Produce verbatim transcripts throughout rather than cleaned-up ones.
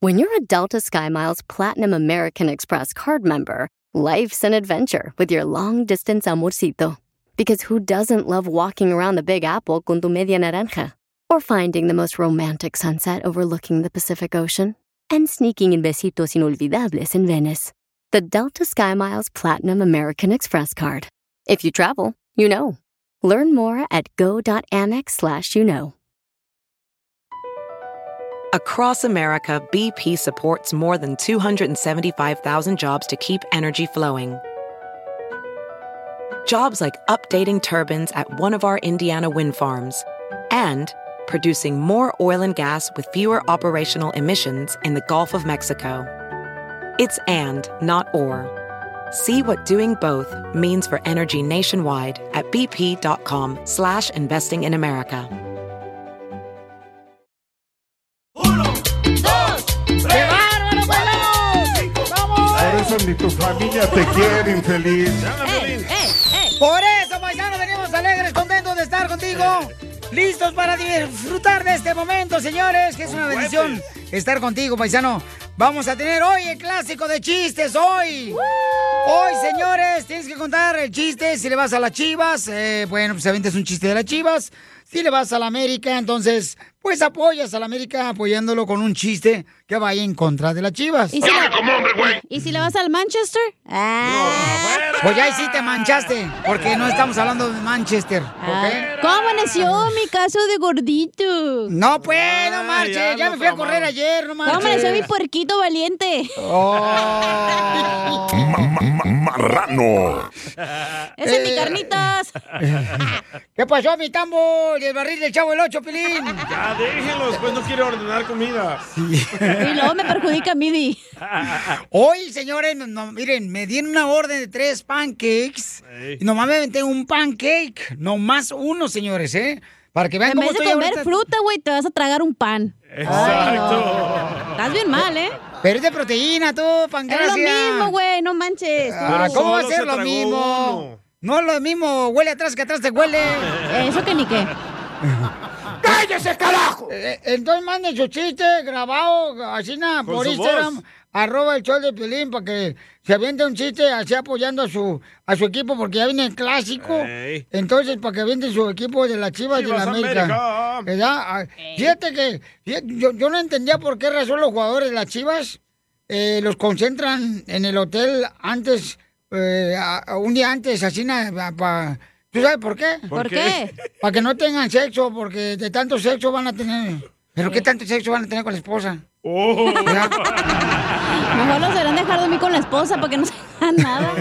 When you're a Delta SkyMiles Platinum American Express card member, life's an adventure with your long-distance amorcito. Because who doesn't love walking around the Big Apple con tu media naranja? Or finding the most romantic sunset overlooking the Pacific Ocean? And sneaking in besitos inolvidables in Venice. The Delta SkyMiles Platinum American Express card. If you travel, you know. Learn more at go.amex slash you know. Across America, B P supports more than two hundred seventy-five thousand jobs to keep energy flowing. Jobs like updating turbines at one of our Indiana wind farms and producing more oil and gas with fewer operational emissions in the Gulf of Mexico. It's and, not or. See what doing both means for energy nationwide at bp.com slash investing in America. Por eso ni tu familia te quiere, infeliz. ¡Ey, ey, ey! Por eso, paisanos, venimos alegres, contentos de estar contigo. Listos para disfrutar de este momento, señores, que es una bendición estar contigo, paisano. Vamos a tener hoy el clásico de chistes, hoy. ¡Woo! Hoy, señores, tienes que contar el chiste. Si le vas a las Chivas, eh, bueno, pues avientas un chiste de las Chivas. Si le vas a la América, entonces, pues apoyas a la América apoyándolo con un chiste que vaya en contra de las Chivas. ¿Y si, la... como hombre, güey! ¿Y si le vas al Manchester? Ah. No, pues ya ahí sí te manchaste, porque no estamos hablando de Manchester, ¿okay? ¿Cómo amaneció mi caso de gordito? No, pues, no marches, ya, ya me fui a correr ayer, no marches. ¿Cómo amaneció mi puerquito valiente? Oh. ¡Marrano! ¡Ese es mi carnitas! ¿Qué pasó, mi tambo? El barril del Chavo del Ocho, Pilín. Ya, déjenlo, después no quiere ordenar comida. Sí. Y luego me perjudica a mí. Hoy, señores, no, miren, me dieron una orden de tres pancakes. Ey. Y nomás me aventé un pancake. Nomás uno, señores, ¿eh? Para que vean en cómo vez de estoy comer ahorita. fruta, güey, te vas a tragar un pan. Exacto. Ay, no. Estás bien mal, ¿eh? Pero es de proteína, tú, pangracia. Es lo mismo, güey, no manches. Ah, ¿cómo va a ser lo mismo? Uno. No es lo mismo, huele atrás que atrás te huele. Eso que ni qué. ¡Cállese, carajo! Eh, entonces manden su chiste grabado así nada por Instagram, voz. Arroba el show de Piolín, para que se aviente un chiste así apoyando a su a su equipo, porque ya viene el clásico. Ey. Entonces, para que aviente su equipo de las Chivas, Chivas de la América. ¿Verdad? Fíjate que fíjate, yo, yo no entendía por qué razón los jugadores de las Chivas eh, los concentran en el hotel antes, eh, a, a un día antes, así nada, para... ¿Tú sabes por qué? ¿Por qué? Para que no tengan sexo, porque de tanto sexo van a tener... ¿Pero qué tanto sexo van a tener con la esposa? Oh. Mejor los deberán dejar dormir con la esposa para que no se hagan nada.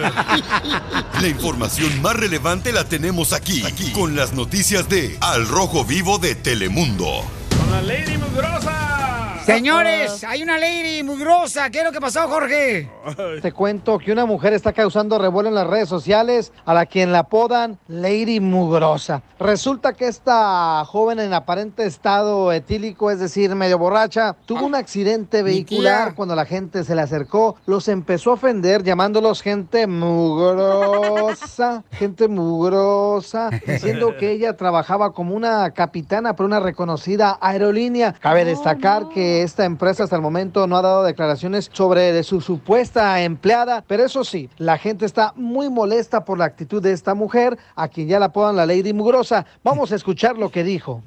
La información más relevante la tenemos aquí, aquí, con las noticias de Al Rojo Vivo de Telemundo. Con la Lady Mugrosa. Señores, hay una lady mugrosa. ¿Qué es lo que pasó, Jorge? Te cuento que una mujer está causando revuelo en las redes sociales, a la quien la apodan Lady Mugrosa. Resulta que esta joven en aparente estado etílico, es decir, medio borracha, tuvo un accidente vehicular. Cuando la gente se le acercó, los empezó a ofender llamándolos gente mugrosa, gente mugrosa, diciendo que ella trabajaba como una capitana para una reconocida aerolínea. Cabe destacar oh, no. que esta empresa hasta el momento no ha dado declaraciones sobre su supuesta empleada, pero eso sí, la gente está muy molesta por la actitud de esta mujer, a quien ya la apodan la Lady Mugrosa. Vamos a escuchar lo que dijo.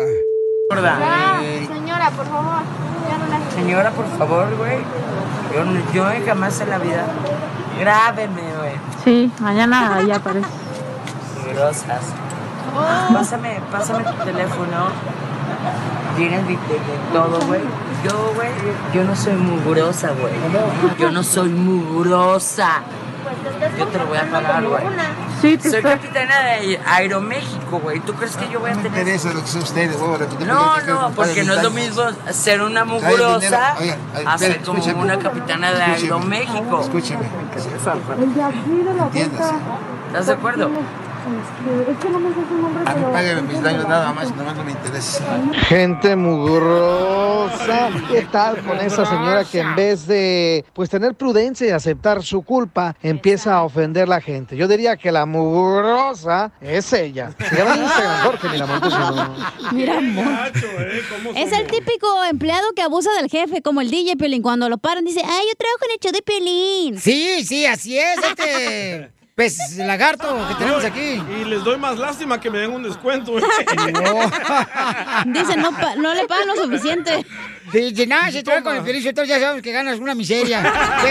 Ya, señora, por favor. Señora, por favor, güey. Yo, yo jamás en la vida. Grábeme, güey. Sí, mañana ya aparece. Mugrosas. Oh. Pásame, pásame tu teléfono. Tienes de, de, de todo, güey. Yo, güey, yo no soy mugrosa, güey. Yo no soy mugrosa. Yo te lo voy a pagar, güey. Sí, soy está... capitana de Aeroméxico, güey. ¿Tú crees que yo voy a tener...? No me interesa lo que sea usted, güey. No, no, porque no es lo mismo ser una mugrosa a ser como escúchame. una capitana de Aeroméxico. Escúcheme. ¿Entiendes? ¿Estás de acuerdo? Es que no me sé su nombre, A mí pero... págueme mis daños nada más, nada más no me interesa. Gente mugrosa. ¿Qué tal con esa señora que en vez de pues tener prudencia y aceptar su culpa, empieza a ofender a la gente? Yo diría que la mugrosa es ella. Se llama en Instagram, Jorge Miramontes. Miramontes. Es el típico empleado que abusa del jefe, como el D J Piolín. Cuando lo paran, dice, ay, yo trabajo en el show de Piolín. Sí, sí, así es, este... Pez lagarto que tenemos aquí. Y les doy más lástima que me den un descuento. ¿eh? No. Dice, no, pa- no le pagan lo suficiente. Sí, si nada, si trae con el Piolín, entonces ya sabemos que ganas una miseria. Sí.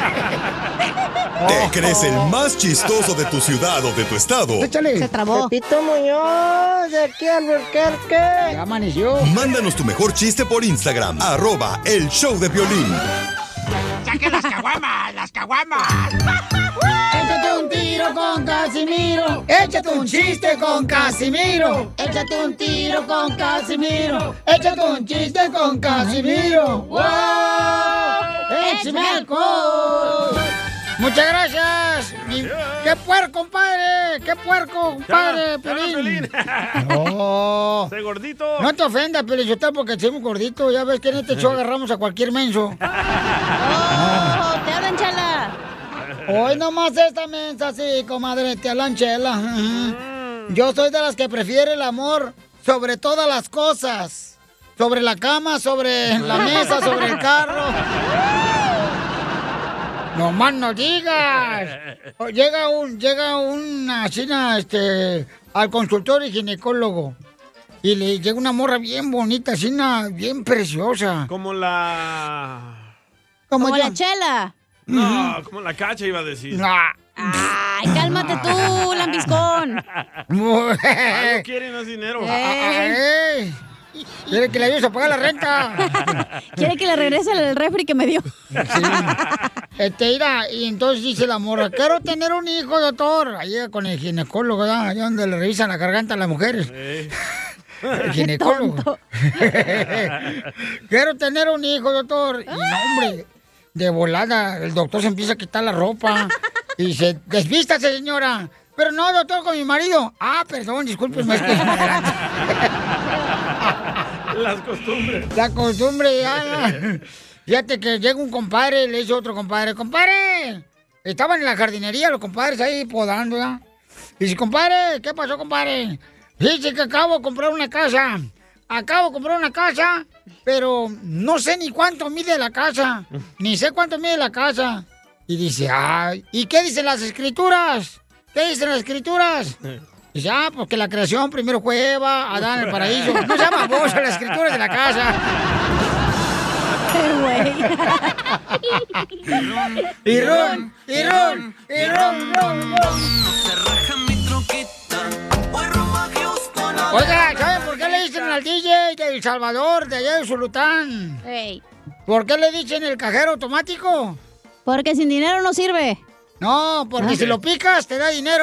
¿Te crees el más chistoso de tu ciudad o de tu estado? Échale. Se trabó. Pepito Muñoz, de aquí al Burquerque. Ya amaneció. Mándanos tu mejor chiste por Instagram, arroba el show de Piolín. ¡Saquen las caguamas, las caguamas! Échate un tiro con Casimiro. Échate un chiste con Casimiro. Échate un tiro con Casimiro. Échate un chiste con Casimiro. ¡Wow! ¡Échame alcohol! Muchas gracias. Mi- ¡Qué puerco, compadre! ¡Qué puerco, compadre! Te habla, Piolín. te No. Soy gordito. No te ofendas, Pelizotelo, porque soy gordito. Ya ves que en este show agarramos a cualquier menso. Oh, te hablan, chala. Hoy nomás esta mensa, sí, comadre, te hablan, chela. Yo soy de las que prefiere el amor sobre todas las cosas. Sobre la cama, sobre la mesa, sobre el carro. No más no digas. O Llega un, llega una china, este, al consultorio ginecólogo. Y le llega una morra bien bonita, china, bien preciosa. Como la... Como, Como yo. la chela. No, como la cacha iba a decir. No. Ay, cálmate tú, lambiscón. Algo quiere, no es dinero. Ay, quiere que le ayudes a pagar la renta. Quiere que le regrese el refri que me dio. Sí. Este, mira, y entonces dice la morra, quiero tener un hijo, doctor. Ahí con el ginecólogo, ¿verdad? Allá donde le revisan la garganta a las mujeres. Eh. El ginecólogo. Quiero tener un hijo, doctor. Y no, hombre, de volada, el doctor se empieza a quitar la ropa. Y dice, desvístase, señora. Pero no, doctor, con mi marido. Ah, perdón, discúlpeme, es que es más grande. Las costumbres. La costumbre, ya. Fíjate que llega un compadre, le dice otro compadre, compadre, estaban en la jardinería los compadres ahí podando, ¿ya? Y dice, compadre, ¿qué pasó, compadre? Dice que acabo de comprar una casa. Acabo de comprar una casa, pero no sé ni cuánto mide la casa. Ni sé cuánto mide la casa. Y dice, ay, ¿y qué dicen las escrituras? ¿Qué dicen las escrituras? Dice, ah, pues que la creación primero fue Eva, Adán, el paraíso. No se llama vos a las escrituras de la casa. Y ron, y ron, y ron, ron, ron. Oiga, ¿saben por qué le dicen al D J de El Salvador, de allá de Zulután? Hey. ¿Por qué le dicen el cajero automático? Porque sin dinero no sirve. No, porque si lo picas te da dinero.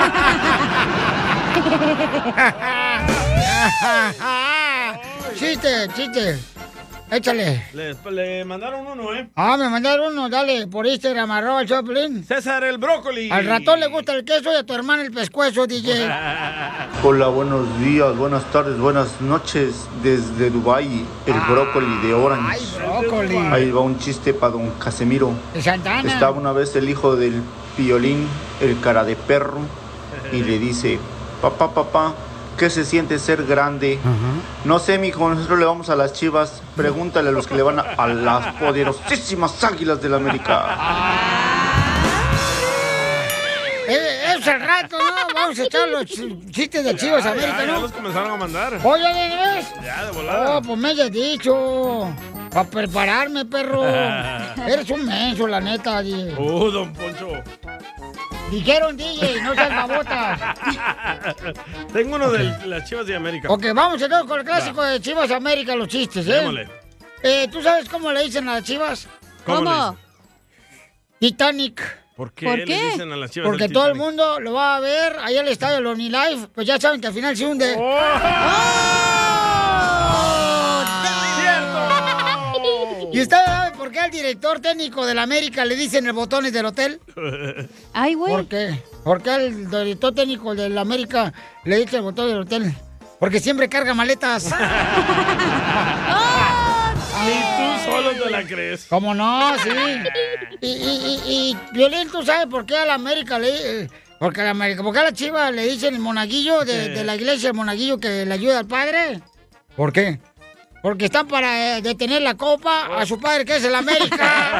Chiste, chiste. Échale. Le, le mandaron uno, ¿eh? Ah, me mandaron uno, dale, por Instagram, arroba el Choplin. César el brócoli. Al ratón le gusta el queso y a tu hermana el pescuezo, D J. Hola, buenos días, buenas tardes, buenas noches. Desde Dubái, el brócoli de Orange. Ay, brócoli. Ahí va un chiste para don Casimiro. De Santana. Estaba una vez el hijo del Piolín, el cara de perro, y le dice, papá, papá, ¿qué se siente ser grande? No sé, mijo, nosotros le vamos a las Chivas. Pregúntale a los que le van a, a las poderosísimas Águilas del América. Eh, es el rato, ¿no? Vamos a echar los ch- chistes de Chivas Ya, América, ya, ya ¿no? los comenzaron a mandar. Oye, ¿de vez? Ya, de volada. Oh, pues me hayas dicho. Para prepararme, perro. Eres un menso, la neta, D J. Oh, don Poncho. Dijeron, D J, no seas babotas. Tengo uno de las Chivas de América. Ok, vamos entonces con el clásico de Chivas América, los chistes, ¿eh? Démosle. eh ¿Tú sabes cómo le dicen a las Chivas? ¿Cómo le dicen? Titanic. ¿Por qué, le dicen a las Chivas Porque del todo el Titanic? mundo lo va a ver ahí al estadio de Lonely Life. Pues ya saben que al final se hunde. ¿Y usted sabe por qué al director técnico del América le dicen el botones del hotel? Ay, güey. ¿Por qué? ¿Por qué al director técnico del América le dicen el botón del hotel? Porque siempre carga maletas. Ni tú solo te la crees. ¿Cómo no? Sí. Y, y, y, y Violín, ¿tú sabes por qué a la América le... eh, porque a la América, porque a la Chiva le dicen el monaguillo de, de la iglesia, el monaguillo que le ayuda al padre? ¿Por qué? Porque están para eh, detener la copa a su padre, que es el América.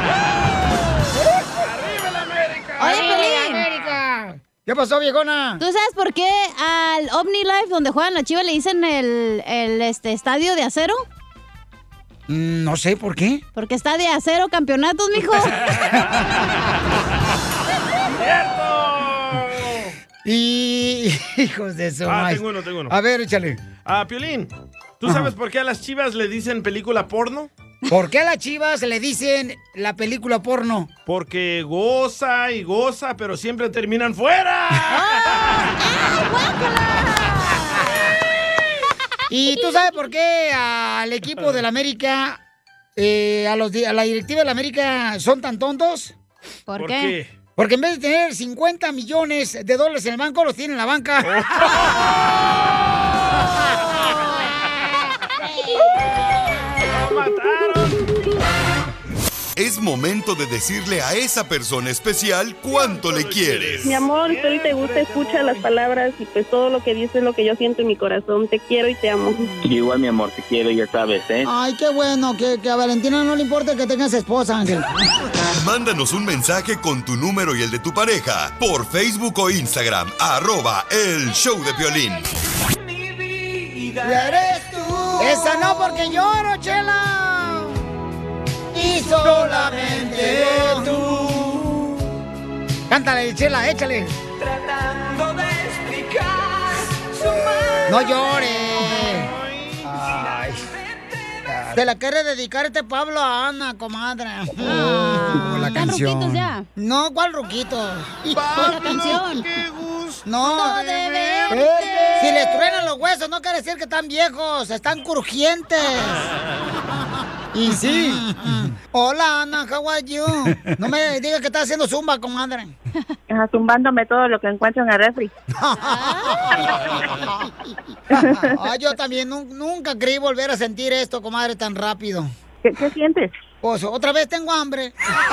¡Arriba la América! Oye, ¡Arriba la Pelín. América! ¿Qué pasó, viejona? ¿Tú sabes por qué al OmniLife, donde juegan las Chivas, le dicen el, el este, estadio de acero? Mm, no sé, ¿por qué? Porque está de acero campeonatos, mijo. Y... hijos de su Ah, madre. tengo uno, tengo uno. A ver, échale. Ah, Piolín, ¿tú sabes por qué a las Chivas le dicen película porno? ¿Por qué a las Chivas le dicen la película porno? Porque goza y goza, pero siempre terminan fuera. ¿Y tú sabes por qué al equipo del América, eh, a, los, di- a la directiva del América son tan tontos? ¿Por, ¿Por qué? qué? Porque en vez de tener cincuenta millones de dólares en el banco, los tienen en la banca. ¡Lo mataron! Es momento de decirle a esa persona especial cuánto le quieres. Mi amor, si hoy te gusta, escucha las palabras y pues todo lo que dices es lo que yo siento en mi corazón. Te quiero y te amo. Igual, mi amor, te quiero, ya sabes, ¿eh? Ay, qué bueno, que, que a Valentina no le importa que tengas esposa, Ángel. Mándanos un mensaje con tu número y el de tu pareja por Facebook o Instagram, arroba el show de Piolín. ¡Eres tú! ¡Esa no, porque lloro, Chela! Y solamente tú. Cántale, Chela, échale. Tratando de explicar su No llores. Ay. Te la quiere dedicar este Pablo a Ana, comadre. Oh, la ¿Están canción. ruquitos ya? No, ¿cuál ruquito? La canción. No, de verte. Si les truenan los huesos, no quiere decir que están viejos, están crujientes. Y sí. Hola, Ana, how are you? No me digas que estás haciendo zumba, comadre. Ajá, zumbándome todo lo que encuentro en el refri. Ay, yo también nu- nunca creí volver a sentir esto, comadre, tan rápido. ¿Qué, qué sientes? Pues otra vez tengo hambre.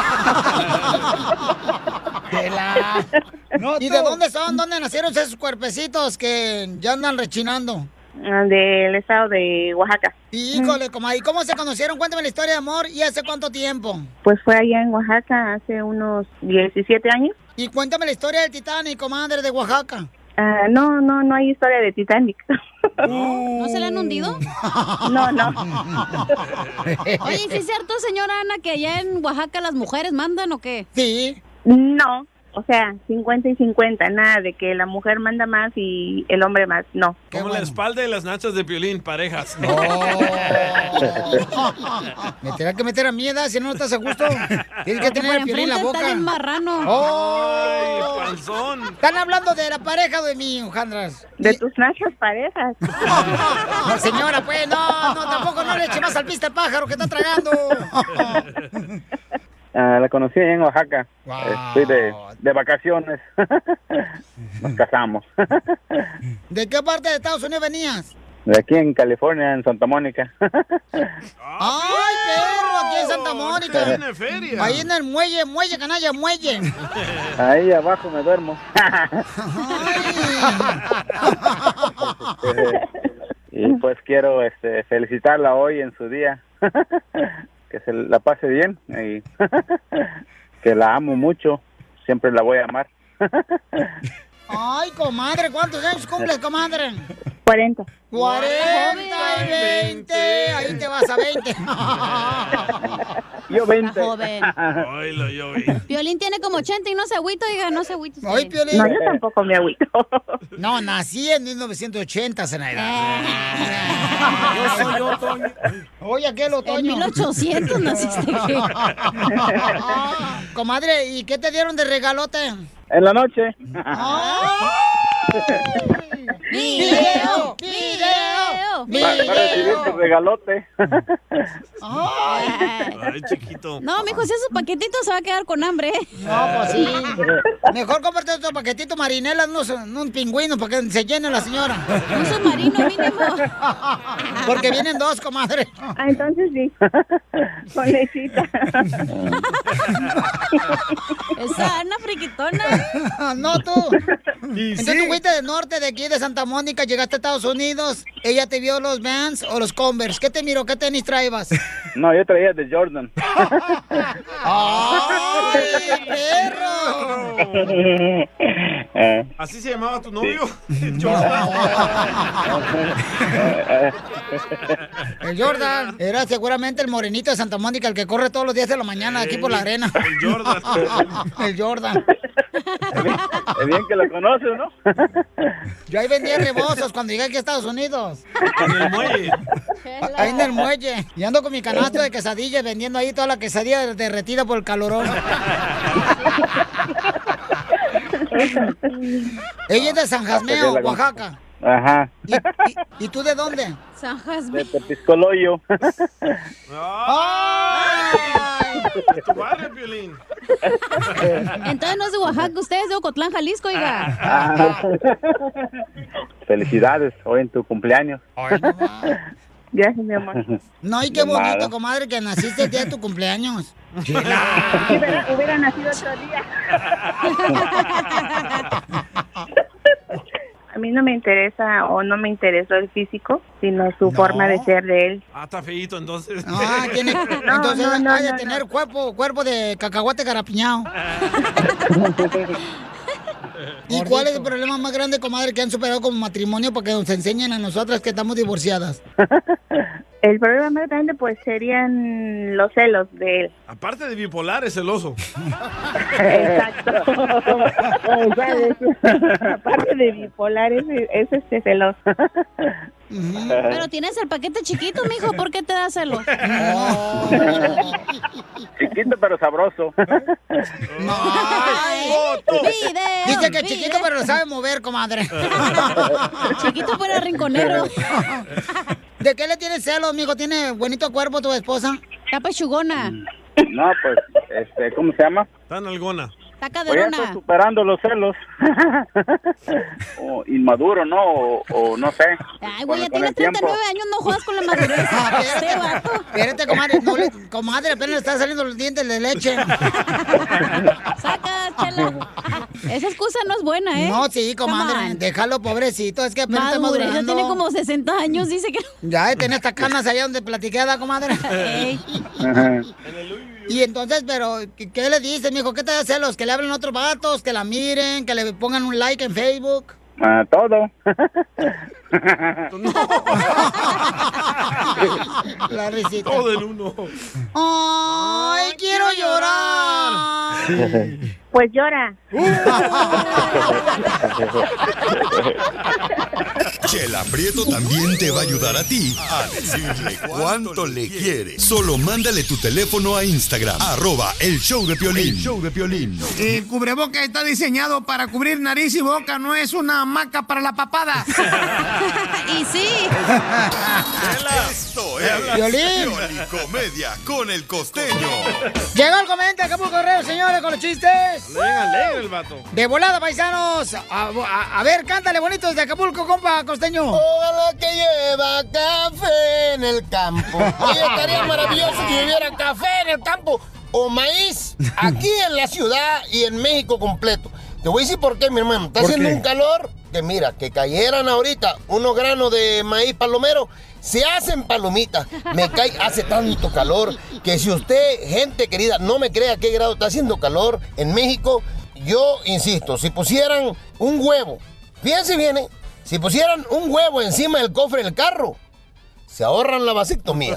Tela. ¿Y de dónde son? ¿Dónde nacieron esos cuerpecitos que ya andan rechinando? Ah, del estado de Oaxaca. Híjole, comadre, ¿y cómo se conocieron? Cuéntame la historia de amor y hace cuánto tiempo. Pues fue allá en Oaxaca hace unos diecisiete años. Y cuéntame la historia del Titanic, comadre, de Oaxaca. Ah, no, no, no hay historia de Titanic. ¿No se le han hundido? No, no. Oye, ¿sí es cierto, señora Ana, que allá en Oaxaca las mujeres mandan o qué? Sí. No, o sea, cincuenta y cincuenta, nada de que la mujer manda más y el hombre más, no. Como la espalda y las nachas de Piolín, parejas. Me tendrá que meter a mi edad, si no, no estás a gusto. Tienes que Porque tener el por Piolín en la enfrente boca. está bien marrano. ¡Oh! Ay, panzón. Están hablando de la pareja de mí, Jandras. De tus nachas parejas. No, señora, pues, no, no, tampoco no le eche más al pista al pájaro que está tragando. Ah, la conocí allá en Oaxaca. Estoy de, de vacaciones. Nos casamos. ¿De qué parte de Estados Unidos venías? De aquí en California, en Santa Mónica. ¡Ay, perro! Aquí en Santa Mónica. Tiene feria. Ahí en el muelle, muelle, canalla, muelle. Ahí abajo me duermo. Y pues quiero este, felicitarla hoy en su día. Que se la pase bien y que la amo mucho. Siempre la voy a amar. Ay, comadre, ¿cuántos años cumples, comadre? cuarenta. cuarenta y veinte. Ahí te vas a veinte. Yo veinte. Joven. Ay, lo yo vi. Piolín tiene como ochenta y no se agüita, oiga, no se agüita. usted. Ay, Piolín. No, yo tampoco me agüito. No, nací en mil novecientos ochenta, Zenaida. Yo soy otoño. Oye, aquel En otoño. mil ochocientos naciste. ¿qué? Comadre, ¿y qué te dieron de regalote? En la noche. ¡Video! ¡Video! Va, va a recibir tu regalote. Ay, chiquito. No, mijo, si esos paquetitos se va a quedar con hambre. No, pues sí. Mejor cómprate otro paquetito marinela, unos, unos pingüinos para que se llene la señora. Un submarino mínimo. Porque vienen dos, comadre. Ah, entonces sí. Con lechita. Esa, una friquitona. No, tú. Entonces tú fuiste del norte, de aquí, de Santa Mónica, llegaste a Estados Unidos. Ella te vio los Vans o los Converse. ¿Qué te miró? ¿Qué tenis traías? No, yo traía de Jordan. ¡Ay, perro! ¿Así se llamaba tu novio? El Jordan. Era seguramente el morenito de Santa Mónica, el que corre todos los días de la mañana aquí por la arena. El Jordan. El Jordan. Es bien que lo conoces, ¿no? Yo ahí vendía rebozos cuando llegué aquí a Estados Unidos. En el muelle. Ahí en el muelle. Y ando con mi canasto de quesadillas vendiendo ahí toda la quesadilla derretida por el calorón. Ella es de San Jasmeo, Oaxaca. Ajá. ¿Y, y, y tú de dónde? San De Jasmine. Tepiscoloyo. ¡Ay! Tu barrio, Piolín. Entonces no es de Oaxaca, usted es de Ocotlán, Jalisco, oiga. Ah. Felicidades hoy en tu cumpleaños. Gracias, mi amor. No, y qué De bonito, nada. comadre, que naciste el día de tu cumpleaños. Hubiera, hubiera nacido otro día. A mí no me interesa o no me interesó el físico, sino su No. forma de ser de él. Ah, está feíto entonces. Ah, tiene, entonces no, no, ha de no, tener cuerpo, cuerpo de cacahuate garapiñado. ¿Y cuál es el problema más grande, comadre, que han superado como matrimonio para que nos enseñen a nosotras que estamos divorciadas? El problema más grande pues serían los celos de él. Aparte de bipolar, es celoso. Exacto. Aparte de bipolar, es, es este celoso. Pero tienes el paquete chiquito, mijo, ¿por qué te da celos? Chiquito pero sabroso. Ay, Video, dice que video. chiquito pero lo sabe mover, comadre. Chiquito pero rinconero. ¿De qué le tienes celos, amigo? ¿Tiene bonito cuerpo tu esposa? Está pechugona. No, pues, este, ¿cómo se llama? Está nalgona. Está Pues ya caderona. estoy superando los celos. O inmaduro, ¿no? O, o no sé. Ay, güey, ya Con- con tienes el tiempo. treinta y nueve años, no juegas con la madurez. Ah, Este espérate, vato. espérate, comadre, no le, comadre, apenas le están saliendo los dientes de leche. Saca, chela. Esa excusa no es buena, ¿eh? No, sí, comadre, Come on. déjalo, pobrecito, es que apenas está Madurez, ya madurando. tiene como sesenta años, dice que... Ya, tiene estas canas allá donde platiqué, ¿da, comadre? Ey. Ajá. Y entonces, pero, ¿qué, qué le dices, mijo? ¿Qué te da celos? ¿Que le hablen otros vatos? ¿Que la miren? ¿Que le pongan un like en Facebook? Ah, todo. La risita. Todo el uno. ¡Ay, quiero llorar! Pues llora. Chela Prieto también te va a ayudar a ti a decirle cuánto le quiere. Solo mándale tu teléfono a Instagram, arroba el show de Piolín. El show de Piolín. El cubreboca está diseñado para cubrir nariz y boca, no es una hamaca para la papada. Y sí. Esto es Piolín. Comedia con el costeño. Llegó el comediante de Acapulco Guerrero, señores, con los chistes. Venga, alegre el vato. De volada, paisanos. A, a- a ver, cántale bonito desde Acapulco, compa, costeño. Hola que lleva café en el campo. Oye, estaría maravilloso que hubiera café en el campo o maíz aquí en la ciudad y en México completo. Te voy a decir por qué, mi hermano. Está ¿Por haciendo qué? un calor que mira, que cayeran ahorita unos granos de maíz palomero, se hacen palomitas. Me cae, hace tanto calor que si usted, gente querida, no me crea qué grado está haciendo calor en México, yo insisto, si pusieran un huevo, fíjense bien, ¿eh? Si pusieran un huevo encima del cofre del carro, se ahorran la vasectomía.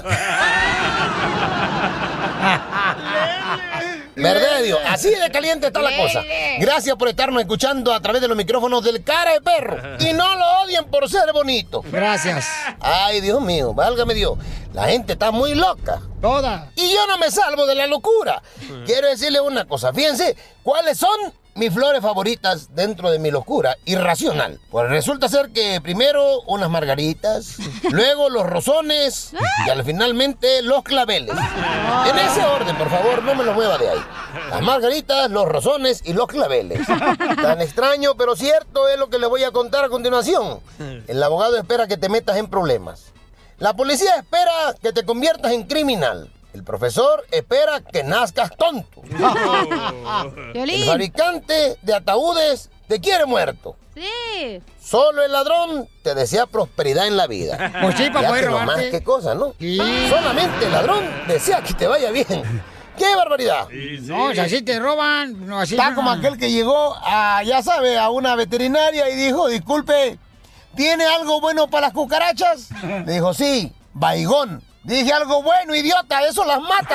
¿Verdad, Dios? Así de caliente está la cosa. Gracias por estarnos escuchando a través de los micrófonos del Cara de Perro. Y no lo odien por ser bonito. Gracias. Ay, Dios mío, válgame Dios. La gente está muy loca. Toda. Y yo no me salvo de la locura. Quiero decirle una cosa. Fíjense, ¿cuáles son mis flores favoritas dentro de mi locura irracional. Pues resulta ser que primero unas margaritas, luego los rosones y al finalmente los claveles. En ese orden, por favor, no me lo mueva de ahí. Las margaritas, los rosones y los claveles. Tan extraño, pero cierto es lo que le voy a contar a continuación. El abogado espera que te metas en problemas. La policía espera que te conviertas en criminal. El profesor espera que nazcas tonto. El fabricante de ataúdes te quiere muerto. Sí. Solo el ladrón te desea prosperidad en la vida. Pues sí, para Ya poder que no más robarte. que cosa, ¿no? Sí. Solamente el ladrón desea que te vaya bien. ¡Qué barbaridad! No, o sea, así te roban. No, así Está no. como aquel que llegó a, ya sabe, a una veterinaria y dijo, disculpe, ¿tiene algo bueno para las cucarachas? Le dijo, sí, baigón. Dije algo bueno, idiota, eso las mata.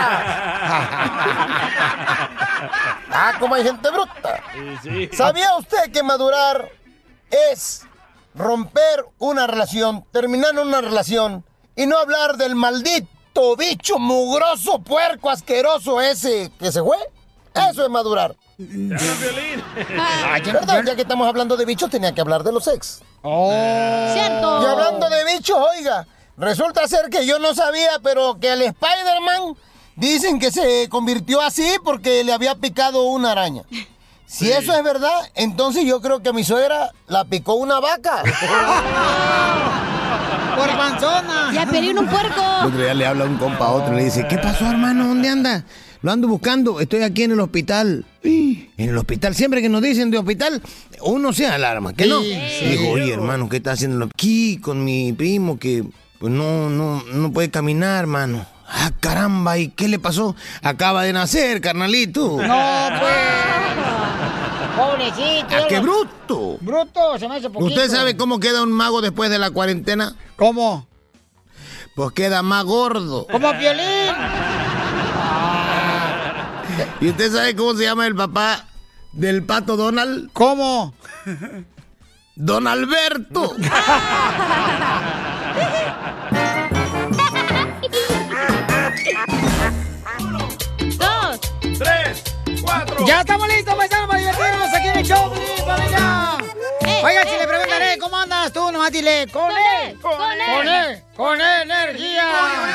Ah, como hay gente bruta. Sí, sí. ¿Sabía usted que madurar es romper una relación, terminar una relación y no hablar del maldito bicho mugroso, puerco, asqueroso ese que se fue? Eso es madurar. Ah, ya- ¿Verdad? ya- Ya que estamos hablando de bichos, tenía que hablar de los ex. Oh. Cierto. Y hablando de bichos, oiga, resulta ser que yo no sabía, pero que el Spider-Man dicen que se convirtió así porque le había picado una araña. Si eso es verdad, entonces yo creo que a mi suegra la picó una vaca. Por panzona. Y a Piolín un puerco. El otro día le habla un compa a otro y le dice, ¿qué pasó, hermano? ¿Dónde anda? Lo ando buscando, estoy aquí en el hospital. En el hospital, siempre que nos dicen de hospital, uno se alarma, ¿que no? Sí, sí. Dijo, oye, hermano, ¿qué está haciendo aquí con mi primo que pues no, no, no puede caminar, hermano? Ah, caramba, ¿y qué le pasó? Acaba de nacer, carnalito. No, pues. Pobrecito. ¡Ah, qué bruto! Bruto, se me hace poquito. ¿Usted sabe cómo queda un mago después de la cuarentena? ¿Cómo? Pues queda más gordo. Como Piolín. ¿Y usted sabe cómo se llama el papá del pato Donald? ¿Cómo? Don Alberto. Dos. Tres, cuatro. Ya estamos listos, paisanos, para divertirnos aquí en el show, Piolín, familia. Oiga, si le preguntaré, ¿cómo andas tú? Nomás dile, con él, con él, con él, con energía.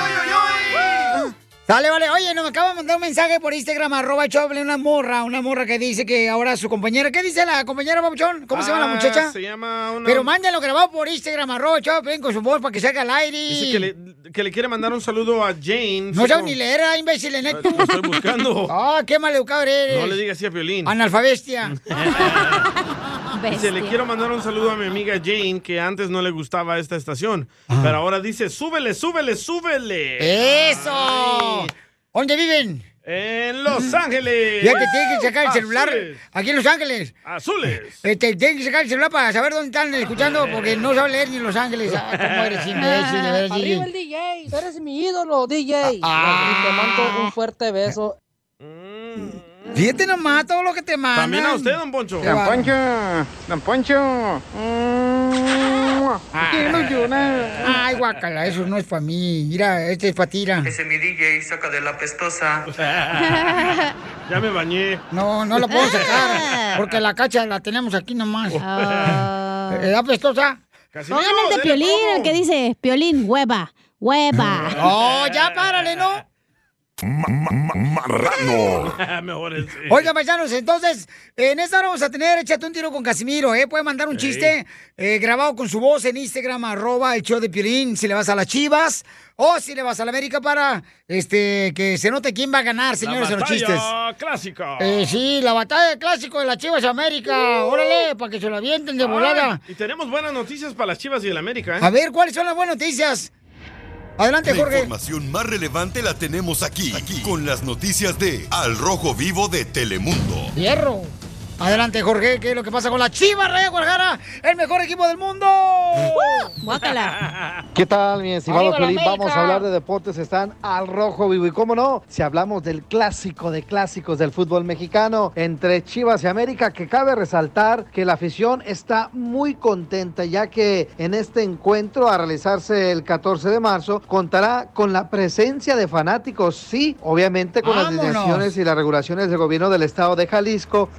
Dale, vale. Oye, nos acaba de mandar un mensaje por Instagram, arroba el show de Piolín, una morra, una morra que dice que ahora su compañera, ¿qué dice la compañera, papuchón? ¿Cómo se llama la Ah, muchacha? Se llama una... Pero mándenlo grabado por Instagram, arroba el show de Piolín, con su voz para que salga al aire. Dice que le, que le quiere mandar un saludo a Jane. No Fue sabes como- ni leer, ¿eh, imbécil, en Lo estoy buscando. Ah, qué maleducado eres. No le digas así a Piolín. Analfabestia. Dice, le quiero mandar un saludo a mi amiga Jane, que antes no le gustaba esta estación. Pero ahora dice, súbele, súbele, súbele. ¡Eso! Ay. ¿Dónde viven? En Los Ángeles. Ya te tienes que sacar el celular. Azules. Aquí en Los Ángeles. Azules. Eh, te tienes que sacar el celular para saber dónde están escuchando, porque no sabe leer ni en Los Ángeles. Ah, cómo eres imbécil, de veras, Arriba el D J. D J, eres mi ídolo, D J. Ah. Y te mando un fuerte beso. Fíjate nomás todo lo que te mandan. También a usted, don Poncho. Don Poncho, Don Poncho. ¿Quién no llora? Ay, guácala, eso no es para mí. Mira, este es para tira. Ese es mi D J, saca de la pestosa. Ya me bañé. No, no lo puedo sacar, porque la cacha la tenemos aquí nomás. ¿Eh, ¿La pestosa? Pongan el de Piolín, el que dice, Piolín, hueva, hueva. Oh, ya párale, ¿no? Marrano. Mejor ese. Oiga, paisanos, entonces, en esta hora vamos a tener Échate un tiro con Casimiro, ¿eh? Puede mandar un chiste eh, grabado con su voz en Instagram, arroba el show de Piolín, si le vas a las Chivas, o si le vas a la América para este que se note quién va a ganar, señores, en los chistes. La clásica. Eh, sí, la batalla de clásico de las Chivas América. Órale, para que se lo avienten de volada. Ay, y tenemos buenas noticias para las Chivas y el América, ¿eh? A ver, ¿cuáles son las buenas noticias? Adelante, La Jorge. información más relevante la tenemos aquí, aquí, con las noticias de Al Rojo Vivo de Telemundo. Hierro. Adelante, Jorge, ¿qué es lo que pasa con la Chivas Rayadas de Guadalajara? El mejor equipo del mundo. Guácala. ¿Qué tal, mi estimado ¡Arriba la Piolín? Vamos América! a hablar de deportes, están al rojo vivo. Y cómo no, si hablamos del clásico de clásicos del fútbol mexicano entre Chivas y América, que cabe resaltar que la afición está muy contenta, ya que en este encuentro a realizarse el catorce de marzo, contará con la presencia de fanáticos, sí, obviamente con ¡Vámonos! las decisiones y las regulaciones del gobierno del estado de Jalisco, porque con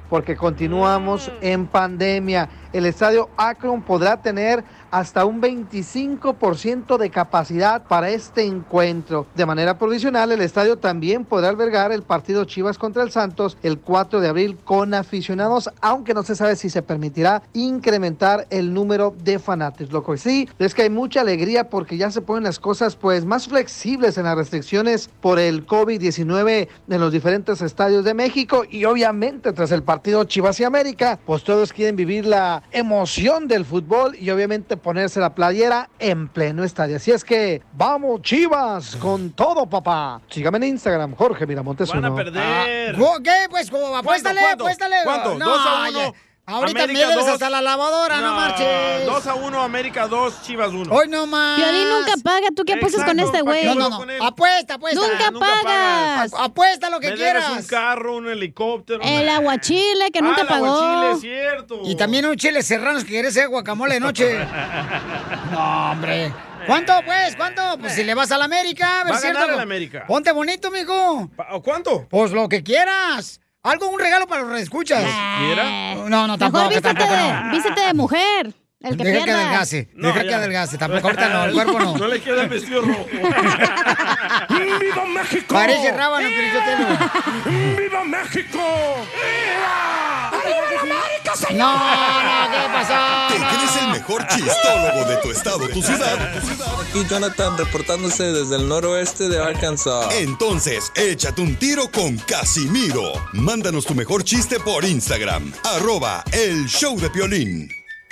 continuamos en pandemia. El estadio Akron podrá tener hasta un veinticinco por ciento de capacidad para este encuentro. De manera provisional, el estadio también podrá albergar el partido Chivas contra el Santos el cuatro de abril con aficionados, aunque no se sabe si se permitirá incrementar el número de fanáticos. Lo que sí es que hay mucha alegría porque ya se ponen las cosas pues más flexibles en las restricciones por el COVID diecinueve en los diferentes estadios de México, y obviamente tras el partido Chivas y América, pues todos quieren vivir la emoción del fútbol y obviamente ponerse la playera en pleno estadio. Así es que vamos Chivas con todo, papá. Sígame en Instagram, Jorge Miramontes uno. Van a perder. Ah, ¿qué? Pues como apuéstale, ¿Cuánto, apuéstale. ¿Cuánto? No, ¿Dos a uno? ya. Ahorita América me debes dos. hasta la lavadora, no, no marches. dos a uno, América dos, Chivas uno. Hoy no más. Piolín nunca paga. ¿Tú qué apuestas con este güey? No, no, no. Apuesta, apuesta. Nunca, Nunca pagas. A- apuesta lo que Me quieras. debes un carro, un helicóptero. El aguachile que nunca ah, el pagó. aguachile, es cierto. Y también un chile serranos que quieres hacer guacamole de noche. No, hombre. ¿Cuánto, pues? ¿Cuánto? Pues si le vas a la América, a ver Va a si es ganar cierto. el América. Ponte bonito, mijo. ¿Cuánto? Pues lo que quieras. Algo, un regalo para los reescuchas. ¿Quiera? No, no, tampoco, Mejor vístete, tampoco de, no. vístete de mujer. El que Deja que pierda. adelgace, No, deja ya. que adelgace. Tampoco ahorita no, el cuerpo no. No le queda el vestido rojo. ¡Viva México! Parece rábano, Piolichotelo. ¡Viva México! ¡Viva! ¡Arriba la América, señor! No, no, ¿qué pasó? ¿Te crees el mejor chistólogo de tu estado, tu ciudad? Aquí Jonathan reportándose desde el noroeste de Arkansas. Entonces, échate un tiro con Casimiro. Mándanos tu mejor chiste por Instagram, arroba el show de Piolín.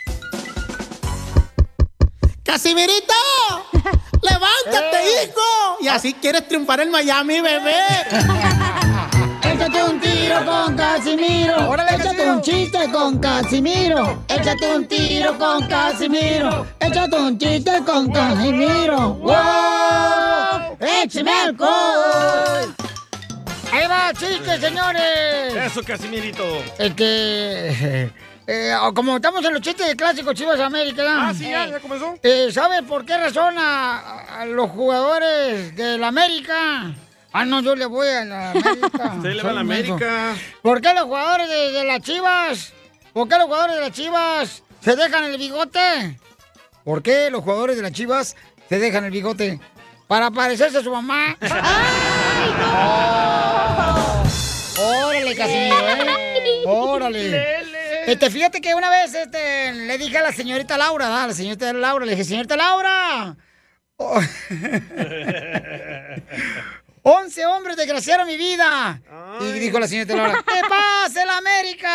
¡Casimirito! ¡Levántate, hijo! Y así quieres triunfar en Miami, bebé. Échate un tiro con Casimiro. Órale, Échate Casimiro. un chiste con Casimiro. Échate un tiro con Casimiro. Échate un chiste con Casimiro. ¡Wow! ¡Échame alcohol! Ahí va, chiste, señores. Eso, Casimirito. El que... eh, como estamos en los chistes de clásicos Chivas América, ¿no? Ah, sí, ya, ya comenzó. Eh, ¿Sabes por qué razón a, a los jugadores del América? Ah, no, yo le voy a la América. Usted le va a la Soy menso. América. ¿Por qué los jugadores de, de las Chivas? ¿Por qué los jugadores de las Chivas se dejan el bigote? ¿Por qué los jugadores de las Chivas se dejan el bigote? Para parecerse a su mamá. ¡Ay, no! ¡Órale, Casimiro, eh! ¡Órale! Este, fíjate que una vez este, le dije a la señorita Laura, ¿verdad? A la señorita Laura, le dije, señorita Laura. Oh. Once hombres desgraciaron mi vida. Ay. Y dijo la señorita Laura, ¡que pase la América!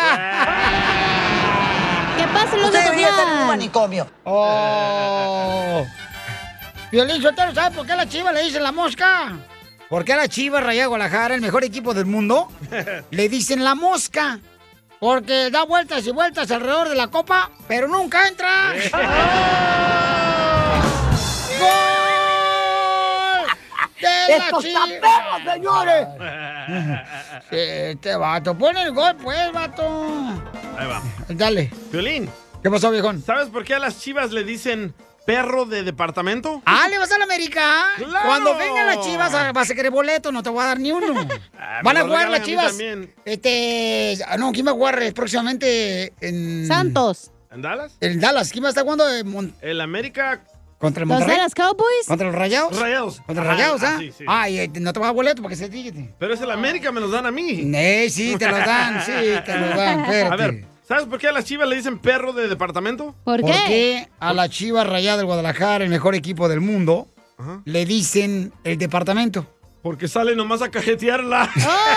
¡Que pase los Usted de debería estar en un Totlán! manicomio. ¡Oh! Piolín Sotelo, ¿sabes por qué a la Chiva le dicen la mosca? ¿Por qué a la Chiva Rayadas Guadalajara, el mejor equipo del mundo, le dicen la mosca? Porque da vueltas y vueltas alrededor de la copa, pero nunca entra. ¡Gol! ¡De la ¡Estos Chiva! taperos, señores! Sí, este vato, pon el gol, pues, vato. Ahí va. Dale. Piolín. ¿Qué pasó, viejón? ¿Sabes por qué a las Chivas le dicen perro de departamento? Ah, ¿le vas a la América? ¡Claro! Cuando vengan las Chivas vas a querer boleto, no te voy a dar ni uno. Ah, Van me a lo jugar regalan las a mí Chivas. también. Este, ah, no, ¿quién va a jugar eh, próximamente en Santos. ¿En Dallas? En Dallas. ¿Quién va a estar jugando de Mon- El América. contra el ¿Los Monterrey? Dallas Cowboys? ¿Contra los Rayados? Rayados. Contra los Ajá, Rayados, ¿ah? sí, sí. Ay, eh, no te va a dar boleto porque se te... Pero es el América, me los dan a mí. Eh, sí, te los dan, sí, te los dan, espérate. A ver, ¿sabes por qué a las Chivas le dicen perro de departamento? ¿Por ¿Por qué? qué a la Chivas Rayadas del Guadalajara, el mejor equipo del mundo, Ajá. le dicen el departamento? Porque sale nomás a cajetearla.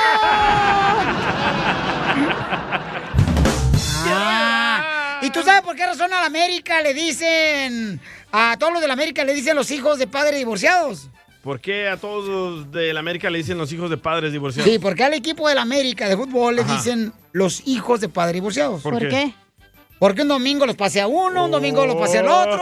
Ah, ¿y tú sabes por qué razón a la América le dicen, a todos los de la América le dicen los hijos de padres divorciados? ¿Por qué a todos los de la América le dicen los hijos de padres divorciados? Sí, porque al equipo de la América de fútbol le Ajá. dicen los hijos de padres divorciados. ¿Por ¿Por qué? qué? Porque un domingo los pasea uno, un domingo los pasea el otro.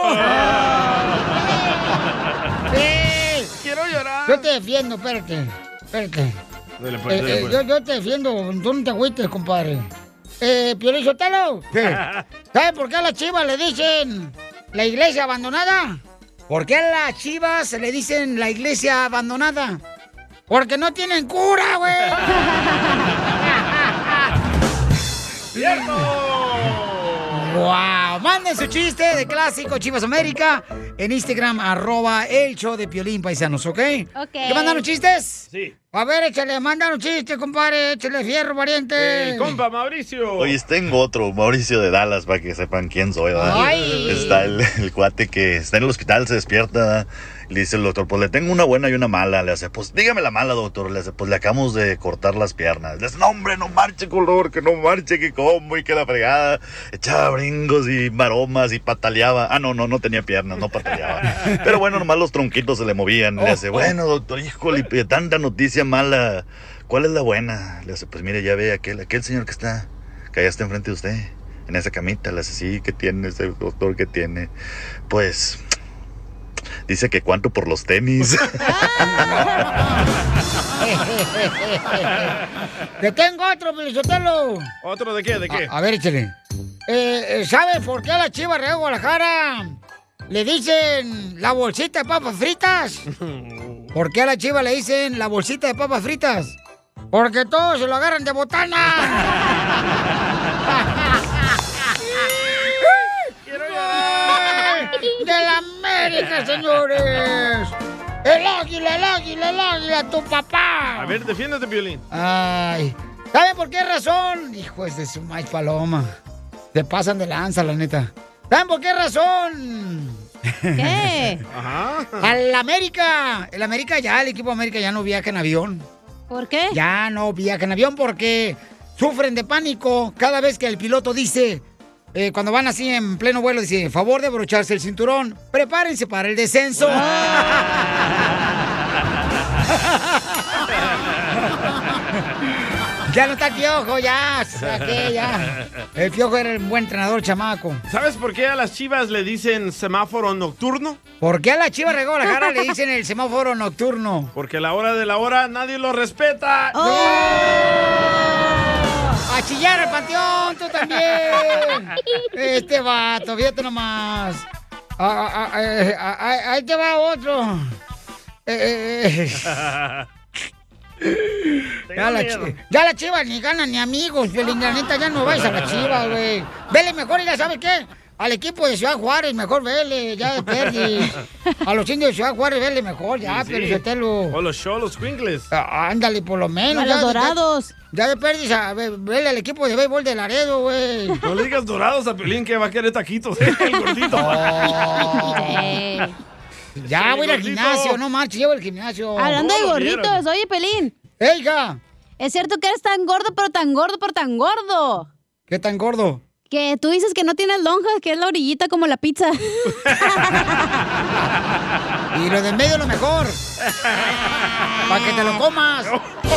Sí. Quiero llorar. Yo te defiendo, espérate, espérate. Dale, pues, Eh, dale, eh, pues. yo, yo te defiendo, tú no te agüites, compadre. Eh, Piolín Sotelo, ¿sabes por qué a las Chivas le dicen la iglesia abandonada? ¿Por qué a las Chivas le dicen la iglesia abandonada? Porque no tienen cura, güey. ¡Cierto! ¡Wow! Manden su chiste de clásico Chivas América en Instagram, arroba el show de Piolín, paisanos, ¿ok? Ok. ¿Qué mandaron chistes? Sí. A ver, échale, mandaron chistes, compadre, échale fierro, pariente. El compa Mauricio. Oye, tengo otro, Mauricio de Dallas, para que sepan quién soy, ¿verdad? Ay. Está el, el cuate que está en el hospital, se despierta, ¿verdad? Le dice el doctor, pues le tengo una buena y una mala. Le hace, pues dígame la mala, doctor. Le hace, pues le acabamos de cortar las piernas. Le dice, no, hombre, no marche, color, que no marche, que como y que la fregada. Echaba brincos y maromas y pataleaba. Ah, no, no, no tenía piernas, no pataleaba. Pero bueno, nomás los tronquitos se le movían. Le hace, bueno, doctor, híjole, tanta noticia mala. ¿Cuál es la buena? Le hace, pues mire, ya ve aquel, aquel señor que está, que allá está enfrente de usted, en esa camita. Le hace, sí, ¿qué tiene ese doctor? ¿Qué tiene? Pues... dice que cuánto por los tenis. ¡Te tengo otro, Pelizotelo! ¿Otro de qué? ¿De qué? A, a ver, échale. Eh, ¿Sabes por qué a la Chivas de Guadalajara le dicen la bolsita de papas fritas? ¿Por qué a la Chivas le dicen la bolsita de papas fritas? Porque todos se lo agarran de botana. ¡De la América, señores! ¡El águila, el águila, el águila, tu papá! A ver, defiéndete, Piolín. Ay, ¿saben por qué razón? Hijos de su maíz paloma. Te pasan de lanza, la neta. ¿Saben por qué razón? ¿Qué? Ajá. Al América. El América ya, el equipo América ya no viaja en avión. ¿Por qué? Ya no viaja en avión porque sufren de pánico cada vez que el piloto dice... Eh, cuando van así en pleno vuelo, dice, favor de abrocharse el cinturón, prepárense para el descenso. Ya no está el Piojo, ya, saqué, ya. El Piojo era el buen entrenador, chamaco. ¿Sabes por qué a las Chivas le dicen semáforo nocturno? ¿Por qué a las Chivas de Guadalajara le dicen el semáforo nocturno? Porque a la hora de la hora nadie lo respeta. ¡Oh! ¡A chillar al panteón, tú también! Este vato, fíjate nomás. Ah, ah, ah, eh, ah, ah, ahí te va otro. Eh, eh. Ya la, ya la Chiva ni gana ni amigos, Pelín, la neta, ya no vais a la Chiva, güey. Vele mejor, y ya sabes qué. Al equipo de Ciudad Juárez, mejor vele, ya de Perdi. A los indios de Ciudad Juárez, vele mejor, ya, sí, pero sí. O los Cholos Squinkles. Ah, ándale, por lo menos. A los Dorados. Ya, ya de Perdi, a ver, vele al equipo de béisbol de Laredo, güey. No le digas Dorados a Pelín que va a querer taquitos, ¿eh? El gordito. Oh. Ya voy al gimnasio, no marches, llevo al gimnasio. Hablando de gorditos, oye, Pelín. ¡Ey, hija! Es cierto que eres tan gordo, pero tan gordo, pero tan gordo. ¿Qué tan gordo? Que tú dices que no tienes lonja, que es la orillita como la pizza. Y lo de en medio lo mejor. Para que te lo comas.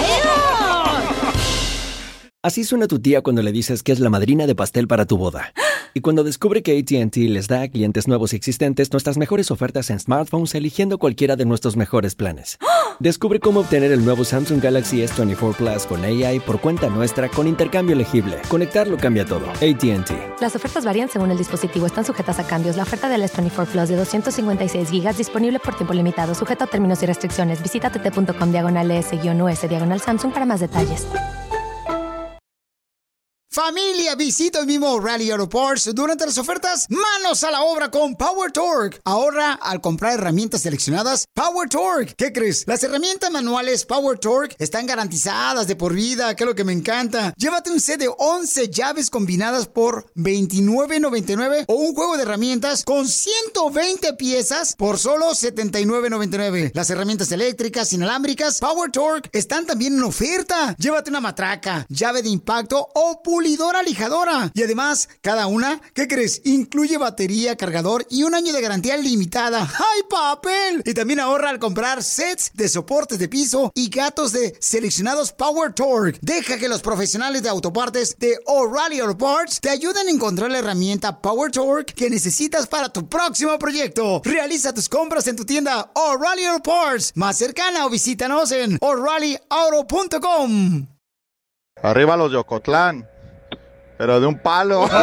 Así suena tu tía cuando le dices que es la madrina de pastel para tu boda. Y cuando descubre que A T and T les da a clientes nuevos y existentes nuestras mejores ofertas en smartphones eligiendo cualquiera de nuestros mejores planes. Descubre cómo obtener el nuevo Samsung Galaxy S veinticuatro Plus con A I por cuenta nuestra con intercambio elegible. Conectarlo cambia todo. A T and T. Las ofertas varían según el dispositivo. Están sujetas a cambios. La oferta del S veinticuatro Plus de doscientos cincuenta y seis gigas disponible por tiempo limitado. Sujeto a términos y restricciones. Visita tt.com diagonal S-US diagonal Samsung para más detalles. Familia, visita el mismo O'Reilly Auto Parts durante las ofertas. Manos a la obra con Power Torque. Ahorra al comprar herramientas seleccionadas Power Torque. ¿Qué crees? Las herramientas manuales Power Torque están garantizadas de por vida, que es lo que me encanta. Llévate un set de once llaves combinadas por veintinueve noventa y nueve o un juego de herramientas con ciento veinte piezas por solo setenta y nueve noventa y nueve. Las herramientas eléctricas inalámbricas Power Torque están también en oferta. Llévate una matraca, llave de impacto o pulidora lijadora. Y además, cada una, ¿qué crees? Incluye batería, cargador y un año de garantía limitada. ¡Ay, papel! Y también ahorra al comprar sets de soportes de piso y gatos de seleccionados Power Torque. Deja que los profesionales de autopartes de O'Reilly Auto Parts te ayuden a encontrar la herramienta Power Torque que necesitas para tu próximo proyecto. Realiza tus compras en tu tienda O'Reilly Auto Parts más cercana o visítanos en O'Reilly Auto punto com. Arriba los de Ocotlán, pero de un palo. ¡Oh!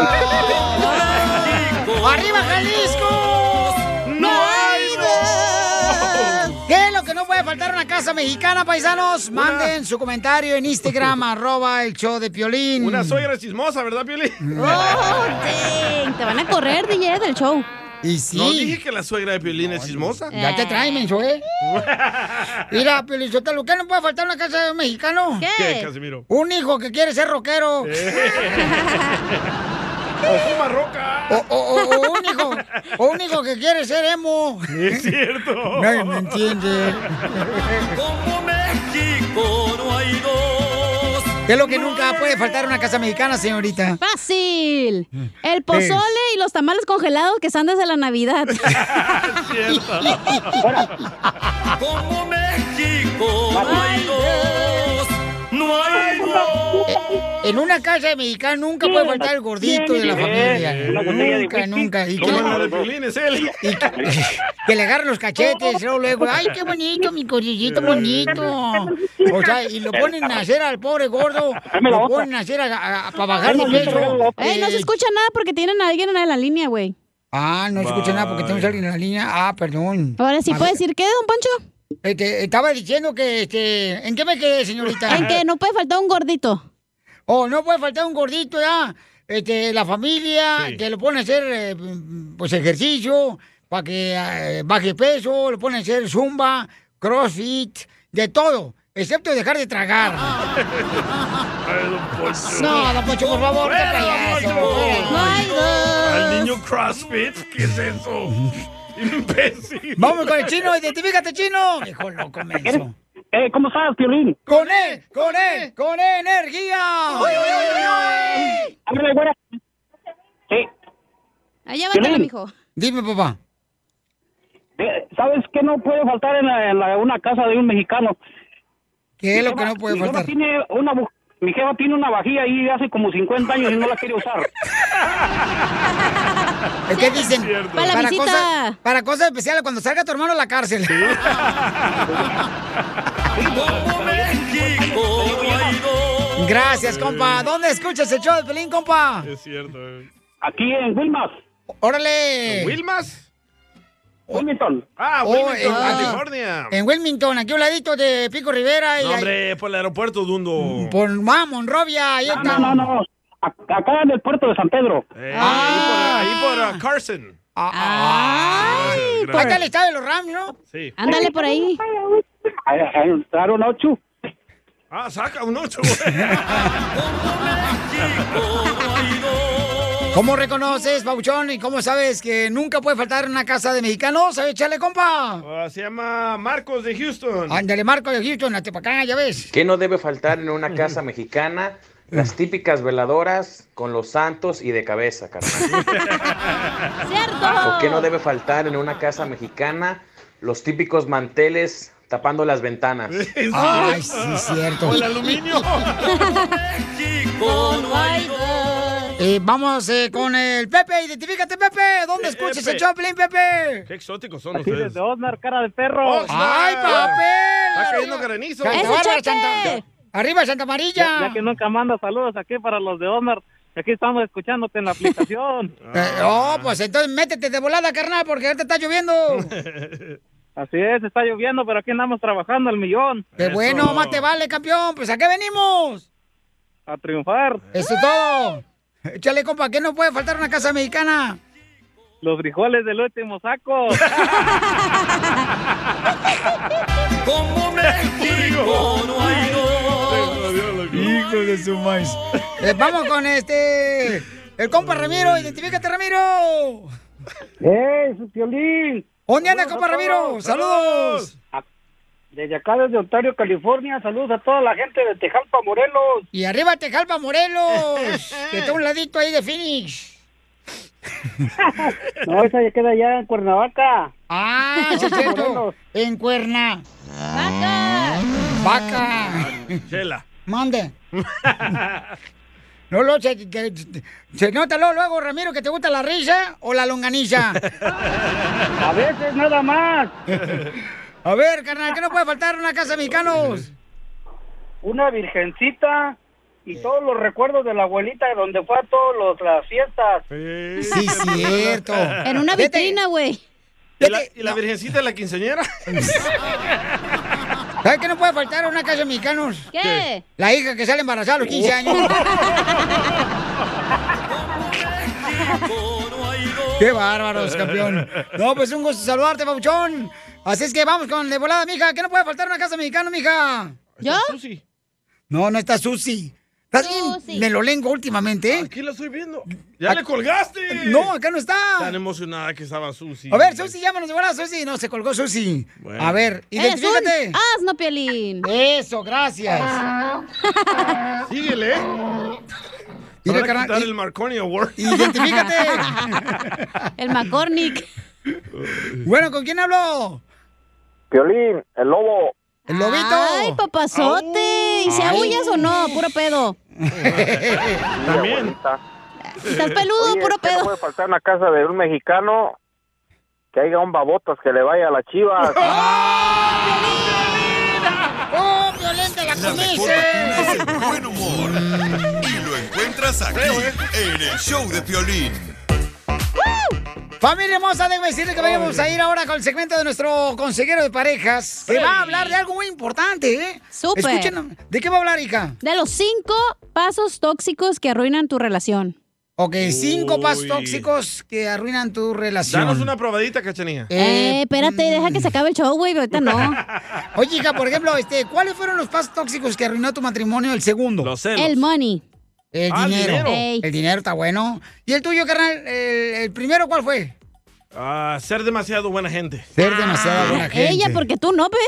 ¡Arriba, Jalisco! ¡No hay ¿Qué es lo que no puede faltar una casa mexicana, paisanos? Manden su comentario en Instagram, arroba el show de Piolín. Una suegra chismosa, ¿verdad, Piolín? Oh, dang. Te van a correr, D J, del show. Y sí. No dije que la suegra de Piolín es chismosa. Ya te traen, menso, ¿eh? Mira, Piolín Sotelo, ¿qué no puede faltar en una casa de un mexicano? ¿Qué? ¿Qué, Casimiro? Un hijo que quiere ser rockero. ¡O fuma roca! O, o, o, o un hijo, o un hijo que quiere ser emo. Es cierto. Nadie me entiende. Como México no hay dos. ¿Qué es lo que nunca puede faltar en una casa mexicana, señorita? Fácil. El pozole y los tamales congelados que están desde la Navidad. Cierto. Como México no hay dos. No hay dos. En una casa de mexicana nunca puede faltar el gordito de la familia. Nunca, nunca. Y que, Como la le, de Piolín es él. y que, que le agarren los cachetes, luego, luego, ay, qué bonito, mi cosillito bonito. O sea, y lo ponen a hacer al pobre gordo, lo ponen a hacer a, a, para bajar de peso. Ey, no se escucha nada porque tienen a alguien en la línea, güey. Ah, no se escucha nada porque tenemos a alguien en la línea. Ah, perdón. Ahora sí A puede ver. decir, ¿qué, don Poncho? Este, estaba diciendo que, este, ¿en qué me quedé, señorita? En que no puede faltar un gordito. Oh, no puede faltar un gordito, ya. Este, la familia, Sí. que lo pone a hacer, eh, pues, ejercicio, para que eh, baje peso, lo pone a hacer zumba, crossfit, de todo, excepto dejar de tragar. Ay, don Poncho. No, don Poncho, por favor, qué ¡Fuera, payaso. don Poncho! No hay dos. Al niño CrossFit, ¿qué es eso? Imbécil. Vamos con el chino, identifícate, chino. Hijo loco, menso. Eh, ¿Cómo estás, Piolín? Con él, con él, con energía. ¡Uy, uy, uy, uy! Ándale, güera. Sí. Allá va, Piolín. mijo. Dime, papá. Eh, ¿Sabes qué no puede faltar en, la- en la- una casa de un mexicano? ¿Qué es Mi lo que jefa- no puede mi jefa faltar? tiene una, bu- mi jefa tiene una vajilla ahí hace como cincuenta años y no la quiere usar. ¿Qué dicen? Cierto. Para la visita. cosas, para cosas especiales, cuando salga tu hermano a la cárcel. Como México no hay dos. Gracias, compa. ¿Dónde escuchas el show de Pelín, compa? Es cierto. eh. Aquí en Wilmas, Órale. ¿Wilmas? Wilmington. Ah, Oh, Wilmington, en- California. En Wilmington, aquí a un ladito de Pico Rivera. Y No, hombre, por el aeropuerto, Dundo. por ah, Monrovia, ahí No, está. no, no, no. A- Acá en el puerto de San Pedro. Eh, Ah. Ahí por, ahí por uh, Carson. Ah, Ay, Gracias, por- Ahí está el estadio de los Rams, ¿no? Sí. Ándale por ahí. Ahí- ahí entraron ocho. Ah, saca un ocho, güey. ¿Cómo reconoces, Pauchón, y cómo sabes que nunca puede faltar una casa de mexicanos? ¿Sabes, chale, compa? Ah, se llama Marcos de Houston. Ándale, Marco de Houston, hasta para acá, ya ves. ¿Qué no debe faltar en una casa mexicana? Las típicas veladoras con los santos y de cabeza, carnal. ¡Cierto! ¿O qué no debe faltar en una casa mexicana? Los típicos manteles tapando las ventanas. Ay, sí, cierto. O el aluminio. Eh, vamos eh, con el Pepe, identifícate, Pepe. ¿Dónde escuchas el Pepe. Choplin, Pepe? Qué exóticos son Aquí ustedes. desde Osnar, cara de perro. Osnar. ¡Ay, papel! Está cayendo granizo. Santa ¡Ese Bárbara, Chepe! Santa- Arriba, Santa Ya, Amarilla. ya que nunca manda saludos aquí para los de Osnar. Aquí estamos escuchándote en la aplicación. Eh, oh, pues entonces métete de volada, carnal, porque ahorita está lloviendo. Así es, está lloviendo, pero aquí andamos trabajando al millón. Qué bueno, más te vale, campeón. Pues ¿a qué venimos? A triunfar. Eso es todo. Échale, compa, ¿qué no puede faltar en una casa mexicana? Los frijoles del último saco. Como México no hay dos. Hijo de su maíz. Eh, vamos con este. El compa Ramiro, identifícate, Ramiro. ¡Eh, su Piolín! ¿Dónde anda, compa Ramiro? ¡Saludos! Desde acá, desde Ontario, California, saludos a toda la gente de Tejalpa, Morelos. Y arriba Tejalpa, Morelos, que está a un ladito ahí de Phoenix. No, esa ya queda allá en Cuernavaca. Ah, sí es cierto. Morelos. En Cuerna. ¡Vaca! Vaca. Chela. Mande. No, lo, se, que- se nota luego, luego, Ramiro, que te gusta la risa o la longaniza. A veces nada más. A ver, carnal, ¿qué no puede faltar en una casa de mexicanos? Una virgencita y todos los recuerdos de la abuelita donde fue a todas las fiestas. Sí, cierto. En una Vete. vitrina, güey. ¿Y la, y la virgencita de la quinceañera? ¿Sabes qué no puede faltar en una casa de mexicanos? ¿Qué? La hija que sale embarazada a los quince años. ¡Qué bárbaros, campeón! No, pues un gusto saludarte, papuchón. Así es que vamos con de volada, mija. ¿Qué no puede faltar en una casa mexicana, mija? ¿Yo? Susi. No, no está Susi. Estás bien melolengo últimamente, ¿eh? Aquí la estoy viendo. ¡Ya le colgaste! No, acá no está. Tan emocionada que estaba Susi. A ver, Susi, llámanos de volada, Susi. No, se colgó Susi. Bueno. A ver, identifícate. ¡Eres un asno, Piolín! Eso, gracias. Síguele. Dile, Para carnal, quitar y- el Marconi Award. Identifícate. El McCormick. Bueno, ¿con quién hablo? Piolín, el lobo. ¿El lobito? ¡Ay, papazote! ¿Y si agullas o no? Puro pedo. También. ¿Estás peludo? Oye, Puro es que no pedo. puede faltar en la casa de un mexicano que haya un babotas que le vaya a las Chivas. ¡Oh, violenta la La mejor comiste! vacuna es el buen humor. Y lo encuentras aquí, en el show de Piolín. Familia hermosa, déjame decirle que vayamos a ir ahora con el segmento de nuestro consejero de parejas, que va a hablar de algo muy importante, ¿eh? Súper. Escuchen, ¿de qué va a hablar, hija? De los cinco pasos tóxicos que arruinan tu relación. Ok, cinco Uy. pasos tóxicos que arruinan tu relación. Danos una probadita, Cachanilla. Eh, espérate, deja que se acabe el show, güey, ahorita no. Oye, hija, por ejemplo, este, ¿cuáles fueron los pasos tóxicos que arruinó tu matrimonio? El segundo. Los celos. El money. El Ah, el dinero. dinero. Ey. El dinero está bueno. ¿Y el tuyo, carnal? El, el primero, ¿cuál fue? Ah, ser demasiado buena gente. Ser demasiada buena gente. Ella, porque tú no, pe.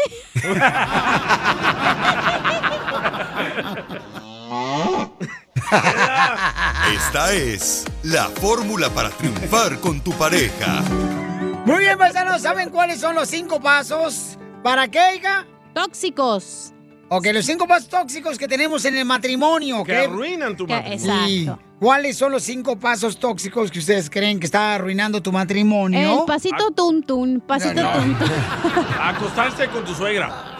Esta es la fórmula para triunfar con tu pareja. Muy bien, paisanos, ¿saben cuáles son los cinco pasos? ¿Para qué, hija? Tóxicos. Ok, los cinco pasos tóxicos que tenemos en el matrimonio, ¿ok? Que arruinan tu Que- matrimonio. Sí. Exacto. ¿Cuáles son los cinco pasos tóxicos que ustedes creen que está arruinando tu matrimonio? El pasito tun tun, pasito No, no. tun tun. Acostarse con tu suegra.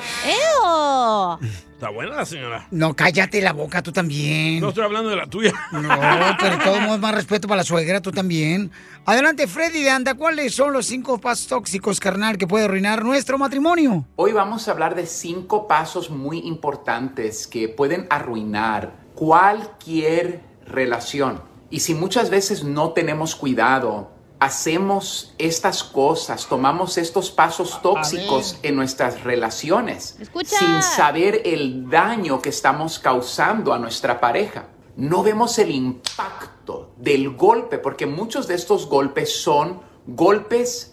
¡Eo! Está buena la señora. No, cállate la boca, tú también. No estoy hablando de la tuya. No, pero de todos modos más respeto para la suegra, tú también. Adelante, Freddy de Anda, ¿cuáles son los cinco pasos tóxicos, carnal, que puede arruinar nuestro matrimonio? Hoy vamos a hablar de cinco pasos muy importantes que pueden arruinar cualquier relación. Y si muchas veces no tenemos cuidado, hacemos estas cosas, tomamos estos pasos tóxicos en nuestras relaciones Escucha. sin saber el daño que estamos causando a nuestra pareja. No vemos el impacto del golpe, porque muchos de estos golpes son golpes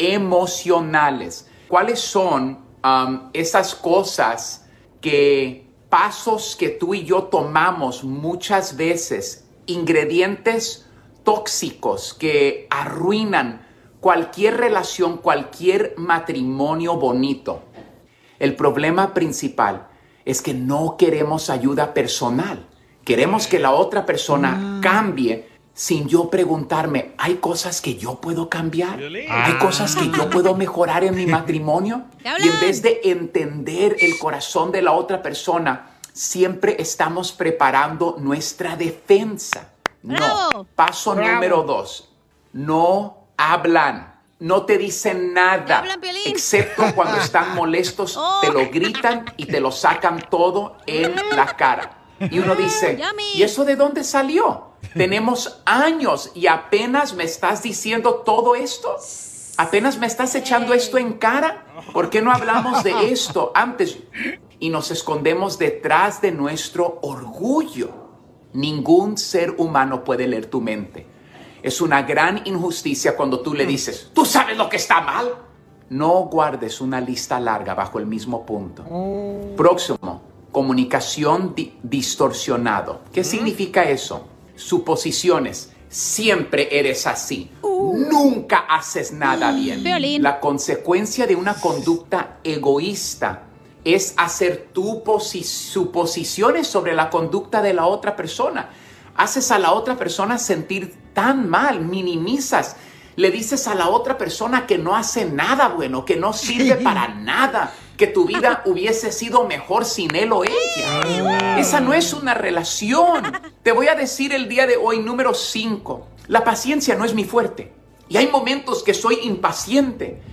emocionales. ¿Cuáles son um, esas cosas que, pasos que tú y yo tomamos muchas veces, ingredientes tóxicos que arruinan cualquier relación, cualquier matrimonio bonito? El problema principal es que no queremos ayuda personal. Queremos que la otra persona cambie sin yo preguntarme, ¿hay cosas que yo puedo cambiar? ¿Hay cosas que yo puedo mejorar en mi matrimonio? Y en vez de entender el corazón de la otra persona, siempre estamos preparando nuestra defensa. No. ¡Bravo! Paso Bravo. número dos. No hablan. No te dicen nada. hablan, Piolín? Excepto cuando están molestos, Oh. te lo gritan y te lo sacan todo en la cara. Y uno dice, Yummy. ¿y eso de dónde salió? Tenemos años y apenas me estás diciendo todo esto. ¿Apenas me estás echando esto en cara? ¿Por qué no hablamos de esto antes? Y nos escondemos detrás de nuestro orgullo. Ningún ser humano puede leer tu mente. Es una gran injusticia cuando tú le dices, ¿tú sabes lo que está mal? No guardes una lista larga bajo el mismo punto. Próximo, comunicación di- distorsionado. ¿Qué significa eso? Suposiciones. Siempre eres así. Nunca haces nada bien. Violín. La consecuencia de una conducta egoísta es hacer tu posi- suposiciones sobre la conducta de la otra persona. Haces a la otra persona sentir tan mal, minimizas. Le dices a la otra persona que no hace nada bueno, que no sirve para nada, que tu vida hubiese sido mejor sin él o ella. Esa no es una relación. Te voy a decir el día de hoy, número cinco. La paciencia no es mi fuerte. Y hay momentos que soy impaciente.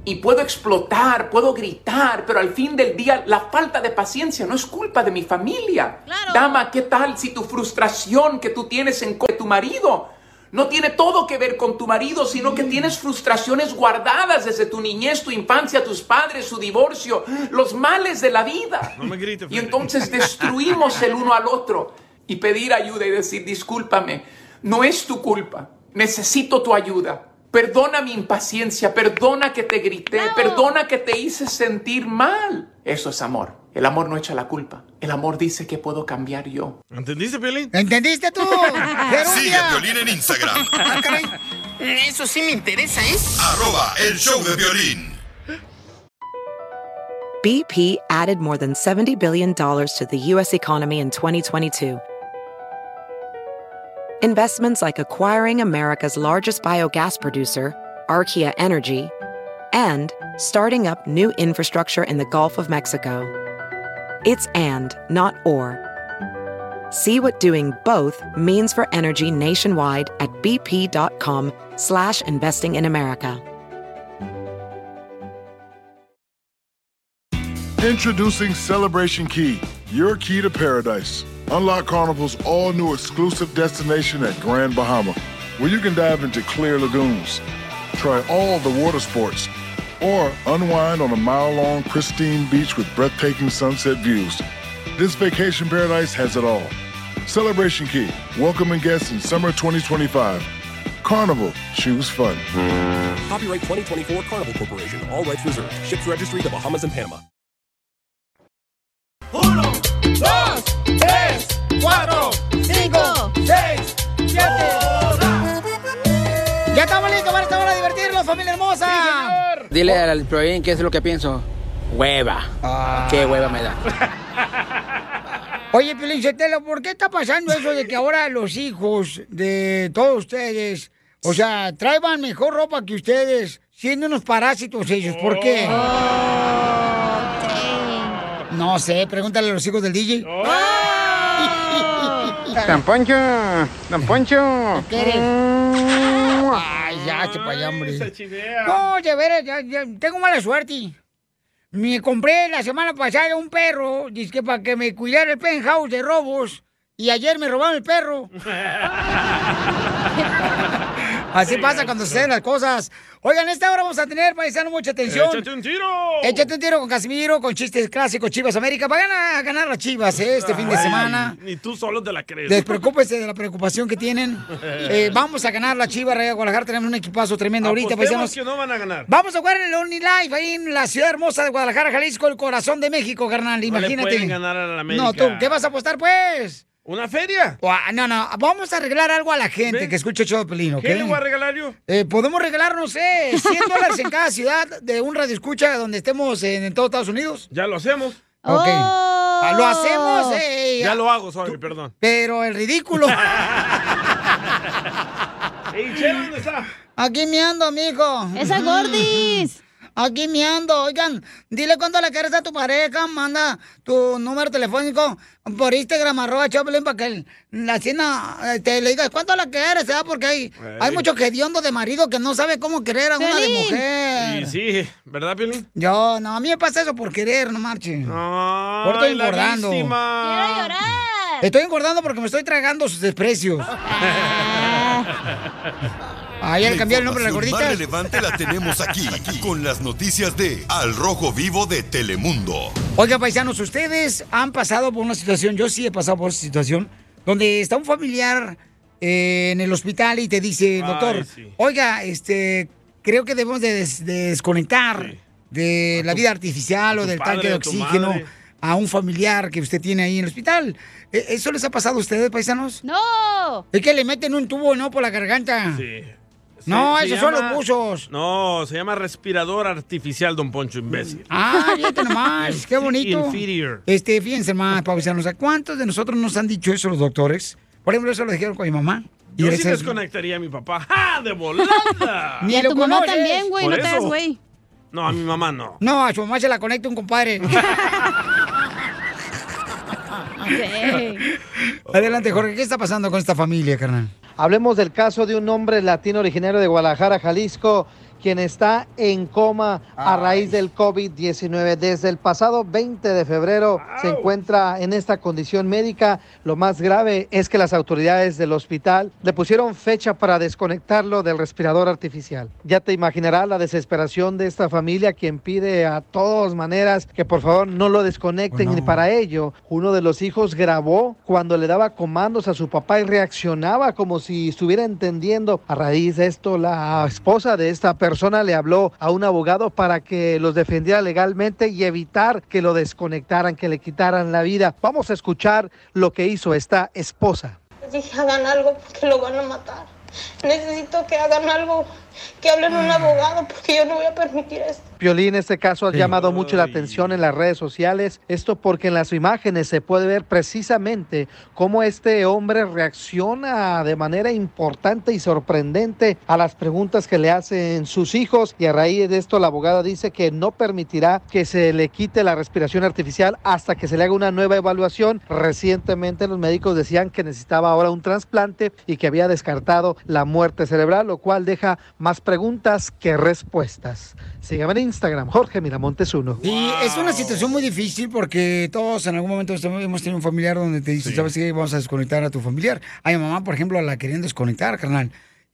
y puedo explotar, puedo gritar, pero al fin del día la falta de paciencia no es culpa de mi familia. Claro. Dama, ¿qué tal si tu frustración que tú tienes en con tu marido no tiene todo que ver con tu marido, sino que tienes frustraciones guardadas desde tu niñez, tu infancia, tus padres, su divorcio, los males de la vida? No me grites, Y entonces destruimos el uno al otro y pedir ayuda y decir, discúlpame, no es tu culpa, necesito tu ayuda. Perdona mi impaciencia, perdona que te grité, no. perdona que te hice sentir mal. Eso es amor. El amor no echa la culpa. El amor dice que puedo cambiar yo. ¿Entendiste, Piolín? ¿Entendiste tú? Sigue a Piolín en Instagram. Ah, caray. Eso sí me interesa, ¿eh? Arroba el show de Piolín. B P added more than seventy billion dollars to the U S economy in twenty twenty-two. Investments like acquiring America's largest biogas producer, Archaea Energy, and starting up new infrastructure in the Gulf of Mexico. It's and, not or. See what doing both means for energy nationwide at bp.com slash investing in America. Introducing Celebration Key, your key to paradise. Unlock Carnival's all-new exclusive destination at Grand Bahama, where you can dive into clear lagoons, try all the water sports, or unwind on a mile-long pristine beach with breathtaking sunset views. This vacation paradise has it all. Celebration Key, welcoming guests in summer twenty twenty-five. Carnival, choose fun. Copyright twenty twenty-four Carnival Corporation, all rights reserved. Ships registry, the Bahamas and Panama. Uno, dos, tres, cuatro, cinco, seis, siete. Ya estamos listos para esta hora de divertirnos, familia hermosa. Sí, dile al Piolín qué es lo que pienso. Hueva. Ah. Qué hueva me da. Oye, Piolín Sotelo, ¿por qué está pasando eso de que ahora los hijos de todos ustedes, o sea, traigan mejor ropa que ustedes, siendo unos parásitos ellos? ¿Por qué? Oh, no sé, pregúntale a los hijos del D J. Oh. Don Poncho, Don Poncho. ¿Qué eres? Ay, ya, che, pa' allá, hombre. No, de veras, ya, ya, tengo mala suerte. Me compré la semana pasada un perro, dice para que me cuidara el penthouse de robos, y ayer me robaron el perro. Así pasa cuando suceden las cosas. Oigan, esta hora vamos a tener, paisano, mucha atención. ¡Échate un tiro! Échate un tiro con Casimiro, con chistes clásicos Chivas América. Van a ganar las Chivas, ¿eh? Este fin de semana. Ni tú solo te la crees. Despreocúpese de la preocupación que tienen. Eh, vamos a ganar la Chivas, Rey de Guadalajara. Tenemos un equipazo tremendo ahorita, paisanos. Que no van a ganar. Vamos a jugar en el OmniLife, ahí en la ciudad hermosa de Guadalajara, Jalisco, el corazón de México, carnal. Imagínate. No le pueden ganar a la América. No, tú, ¿qué vas a apostar, pues? ¿Una feria? No, no, vamos a regalar algo a la gente ¿Ven? que escuche el show de Pelín, ¿ok? ¿Qué le voy a regalar yo? Eh, podemos regalar, no sé, cien dólares en cada ciudad de un radio escucha donde estemos en, en todo Estados Unidos. Ya lo hacemos. Ok. Oh. Lo hacemos, eh. Ya lo hago, sorry, perdón. Pero el ridículo. Ey, Chela, ¿dónde está? Aquí me ando, amigo. ¡Esa gordis! Aquí me ando. Oigan, dile cuánto le quieres a tu pareja. Manda tu número telefónico por Instagram, arroba Choplin, para que la cena te le digas cuánto la quieres, ¿sabes? Porque hay, hay mucho hediondo de marido que no sabe cómo querer a una de mujer. Sí, sí, ¿verdad, Piolín? Yo, no, a mí me pasa eso por querer, no marche. No, porque estoy engordando. ¡Quiero llorar! Estoy engordando porque me estoy tragando sus desprecios. Ah, ya le cambié el nombre a la gordita. La más relevante la tenemos aquí, aquí, con las noticias de Al Rojo Vivo de Telemundo. Oiga, paisanos, ustedes han pasado por una situación, yo sí he pasado por esa situación, donde está un familiar eh, en el hospital y te dice, doctor, Ay, sí. oiga, este, creo que debemos de, des de desconectar sí. de a la tu, vida artificial o del padre, tanque de oxígeno a un familiar que usted tiene ahí en el hospital. ¿Eso les ha pasado a ustedes, paisanos? ¡No! Es que le meten un tubo, ¿no? Por la garganta. Sí. No, se, esos se son llama, los buzos. No, se llama respirador artificial, don Poncho, imbécil. Ah, fíjate nomás, qué bonito. Inferior. Este, fíjense más, paisanos, ¿a cuántos de nosotros nos han dicho eso los doctores? Por ejemplo, eso lo dijeron con mi mamá. Yo sí desconectaría a mi papá. ¡Ja! ¡De volada! Ni a tu mamá también, güey, no te das, güey. No, a mi mamá no. No, a su mamá se la conecta un compadre. Okay. Adelante, Jorge, ¿qué está pasando con esta familia, carnal? Hablemos del caso de un hombre latino originario de Guadalajara, Jalisco, quien está en coma a raíz del COVID diecinueve. Desde el pasado veinte de febrero se encuentra en esta condición médica. Lo más grave es que las autoridades del hospital le pusieron fecha para desconectarlo del respirador artificial. Ya te imaginarás la desesperación de esta familia, quien pide a todas maneras que por favor no lo desconecten. Oh, no. Y para ello, uno de los hijos grabó cuando le daba comandos a su papá y reaccionaba como si estuviera entendiendo. A raíz de esto, la esposa de esta persona le habló a un abogado para que los defendiera legalmente y evitar que lo desconectaran, que le quitaran la vida. Vamos a escuchar lo que hizo esta esposa. Dije, hagan algo porque lo van a matar. Necesito que hagan algo, que hablen a un abogado porque yo no voy a permitir esto. Piolín, este caso ha llamado mucho la atención en las redes sociales, esto porque en las imágenes se puede ver precisamente cómo este hombre reacciona de manera importante y sorprendente a las preguntas que le hacen sus hijos, y a raíz de esto la abogada dice que no permitirá que se le quite la respiración artificial hasta que se le haga una nueva evaluación. Recientemente los médicos decían que necesitaba ahora un trasplante y que había descartado la muerte cerebral, lo cual deja más preguntas que respuestas. Síganme en Instagram, Jorge Miramontes uno. Y es una situación muy difícil porque todos en algún momento hemos tenido un familiar donde te dicen, sí, ¿sabes qué? Vamos a desconectar a tu familiar. A mi mamá, por ejemplo, la querían desconectar, carnal.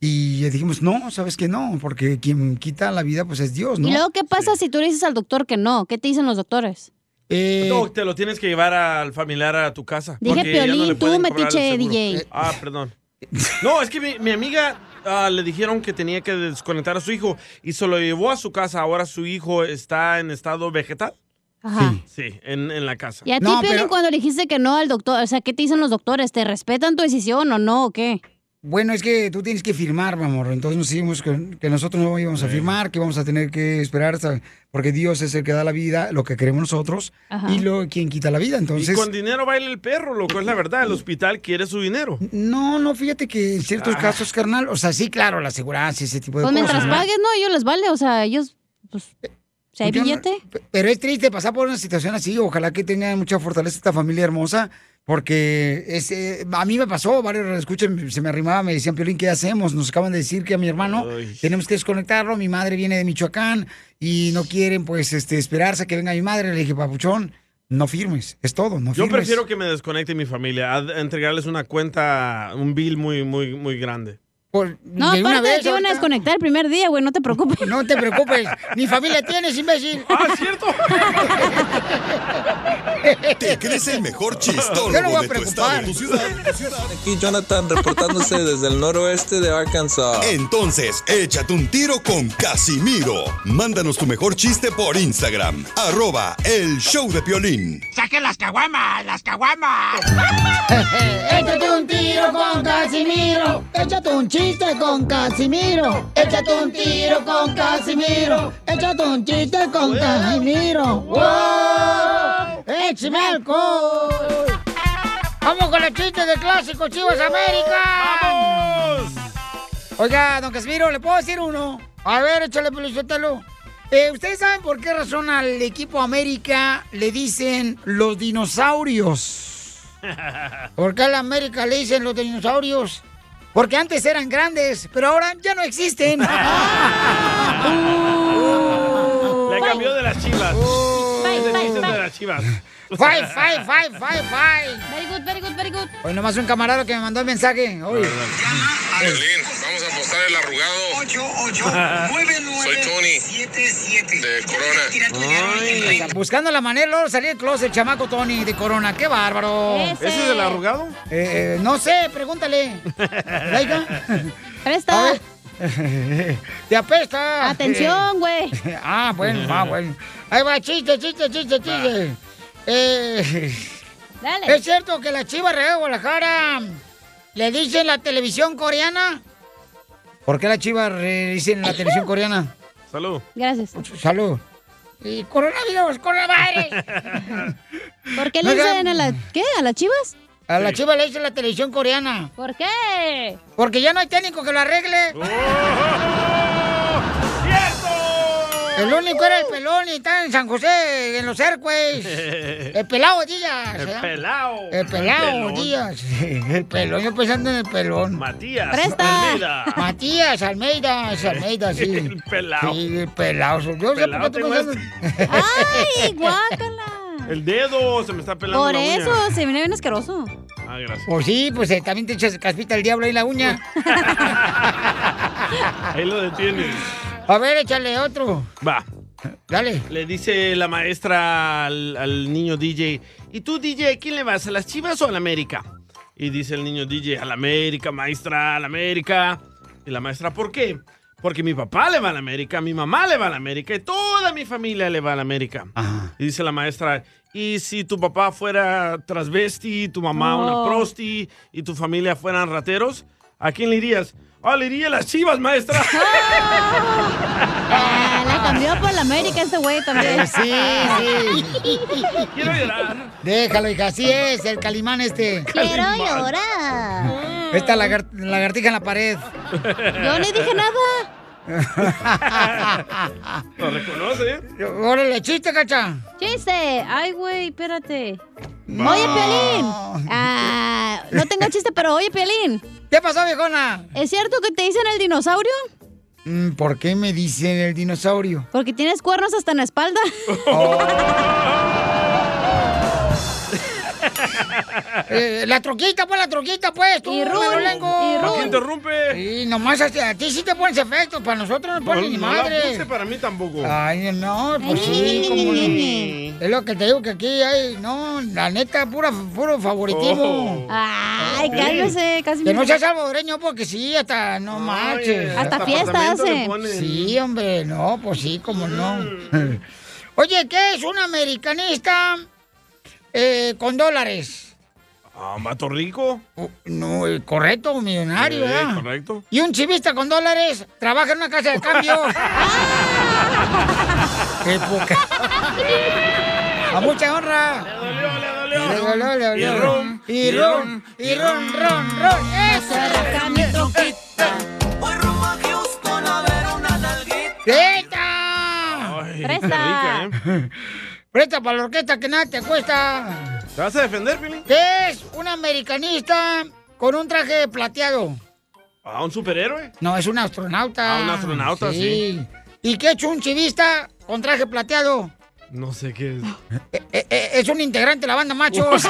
Y le dijimos, no, ¿sabes qué? No, porque quien quita la vida, pues es Dios, ¿no? ¿Y luego qué pasa sí. si tú le dices al doctor que no? ¿Qué te dicen los doctores? Eh... No, te lo tienes que llevar al familiar a tu casa. Dije Piolín, no tú metiche, D J. Ah, perdón. No, es que mi, mi amiga uh, le dijeron que tenía que desconectar a su hijo y se lo llevó a su casa. Ahora su hijo está en estado vegetal. Ajá. Sí, sí, en, en la casa. ¿Y a ti, no, Piolín, pero... cuando le dijiste que no al doctor, o sea, qué te dicen los doctores? ¿Te respetan tu decisión o no o qué? Bueno, es que tú tienes que firmar, mi amor. Entonces nos dijimos que, que nosotros no íbamos a firmar, que vamos a tener que esperar hasta, porque Dios es el que da la vida, lo que queremos nosotros, Ajá. y lo quien quita la vida. Entonces, y con dinero baila el perro, loco, es la verdad. El hospital quiere su dinero. No, no, fíjate que en ciertos ah. casos, carnal, o sea, sí, claro, la aseguranza, ese tipo de pues cosas. Pues mientras ¿no? pagues, no, a ellos les vale, o sea, ellos, pues... ¿Si hay billete? No, pero es triste pasar por una situación así. Ojalá que tenga mucha fortaleza esta familia hermosa, porque es, eh, a mí me pasó, varios escuchen, se me arrimaba, me decían, Piolín, ¿qué hacemos? Nos acaban de decir que a mi hermano Ay. tenemos que desconectarlo, mi madre viene de Michoacán y no quieren, pues, este, esperarse a que venga mi madre. Le dije, papuchón, no firmes, es todo, no firmes. Yo prefiero que me desconecte mi familia, a entregarles una cuenta, un bill muy, muy, muy grande. Por, no, aparte una vez, te van a desconectar el primer día, güey, no te preocupes. No te preocupes, ni familia tienes, imbécil. Ah, ¿cierto? ¿Te crees el mejor chistólogo Yo no voy a de tu preocupar. estado, tu ciudad, tu ciudad? Aquí Jonathan reportándose desde el noroeste de Arkansas. Entonces, échate un tiro con Casimiro. Mándanos tu mejor chiste por Instagram, arroba el show de Piolín. ¡Saquen las caguamas, las caguamas! Échate un tiro con Casimiro. Échate un chiste con Casimiro. Échate un tiro con Casimiro. Échate un chiste con Casimiro. ¡Wow! ¡Échame alcohol! ¡Vamos con los chistes de clásico, Chivas América! ¡Vamos! Oiga, don Casimiro, ¿le puedo decir uno? A ver, échale, Pelizotelo. Eh, ¿Ustedes saben por qué razón al equipo América le dicen los dinosaurios? ¿Por qué a la América le dicen los dinosaurios? Porque antes eran grandes, pero ahora ya no existen. Le cambió de las Chivas. Bye, bye, bye. De las Chivas. Five, five, five, five, five. Very good, very good, very good. Hoy nomás un camarada que me mandó el mensaje. Oye. Violín, vamos a apostar el arrugado. ocho ocho nueve nueve Soy Tony. siete siete De Corona. Ay, buscando la manera, luego salir del closet, el chamaco Tony de Corona. ¡Qué bárbaro! Ese, ¿Ese es el arrugado? Eh, eh, no sé, pregúntale. ¿Laica? Presta. ¡Te apesta! ¡Atención, güey! Ah, bueno, ah, bueno. Ahí va, chiste, chiste, chiste, chiste. Eh, Dale. ¿Es cierto que la Chivas de Guadalajara le dicen la televisión coreana? ¿Por qué la Chivas le dicen la televisión coreana? Salud. Gracias. Salud. Y coronavirus, coronavirus. ¿Por qué le dicen a la... ¿Qué? ¿A las Chivas? A la Chivas le dicen la televisión coreana. ¿Por qué? Porque ya no hay técnico que lo arregle. ¡Oh! ¡Cierto! El único era el pelón y está en San José, en los Cercues. El pelado Díaz. El ¿eh? pelao. El pelado El pelón. Díaz. El pelón, yo pensando en el pelón. Matías ¡Presta! Almeida. Matías Almeida, es Almeida, sí. El pelao. Sí, el pelado. Yo sé Pelao por qué tengo tú este. ¡Ay, guácala! El dedo, se me está pelando Por la uña. eso, se viene bien asqueroso. Ah, gracias. Pues sí, pues eh, también te echas caspita al diablo ahí la uña. Ahí lo detienes. A ver, échale otro. Va. Dale. Le dice la maestra al, al niño D J, ¿y tú, D J, a quién le vas? ¿A las Chivas o a la América? Y dice el niño D J, a la América, maestra, a la América. Y la maestra, ¿por qué? Porque mi papá le va a la América, mi mamá le va a la América y toda mi familia le va a la América. Ajá. Y dice la maestra, ¿y si tu papá fuera transvesti, tu mamá Oh. una prosti y tu familia fueran rateros? ¿A quién le irías? Ah, le iría a las Chivas, maestra. Ah, la cambió por la América este güey también. Sí, sí. Quiero llorar. Déjalo, hija, así es, el calimán este. Quiero llorar. Esta lagar- lagartija en la pared. Yo no dije nada. Lo reconoce, ¿eh? Órale, chiste, cacha. Chiste. Ay, güey, espérate. No. Oye, Piolín. Ah, no tengo chiste, pero oye, Piolín. ¿Qué pasó, viejona? ¿Es cierto que te dicen el dinosaurio? Mm, ¿Por qué me dicen el dinosaurio? Porque tienes cuernos hasta en la espalda. Eh, la troquita, pues, la troquita, pues, tú, Y run, Merolengo. y run. ¿A quién interrumpe? Sí, nomás a, a ti sí te pones efectos, para nosotros no No, pones ni no la madre. puse para mí tampoco. Ay, no, pues sí, como no. Es lo que te digo que aquí hay, no, la neta, pura, puro favoritismo. Oh. Ay, Sí. cálmese, casi Que me- no seas salvadoreño, porque sí, hasta no marches. Hasta fiesta apartamento le hace. ponen. Sí, hombre, no, pues sí, como no. Oye, ¿qué es un americanista eh, con dólares? Ah, un vato rico. Uh, no, eh, correcto, millonario, Sí, ¿verdad? correcto. Y un chivista con dólares trabaja en una casa de cambio. ¡Qué poca! ¡A mucha honra! Le dolió, le dolió. Le dolió, le dolió. Y ron, y ron, y ron, ron, ron. ¡Eso! mi troquita. ¡Presta! Ay, Presta. qué rica, ¿eh? ¡Presta para la orquesta que nada te cuesta! ¿Te vas a defender, Pili? ¿Qué es un americanista con un traje plateado? ¿A un superhéroe? No, es un astronauta. Ah, un astronauta, sí. ¿Y qué es un chivista con traje plateado? No sé qué es. Eh, eh, eh, es un integrante de la banda Machos.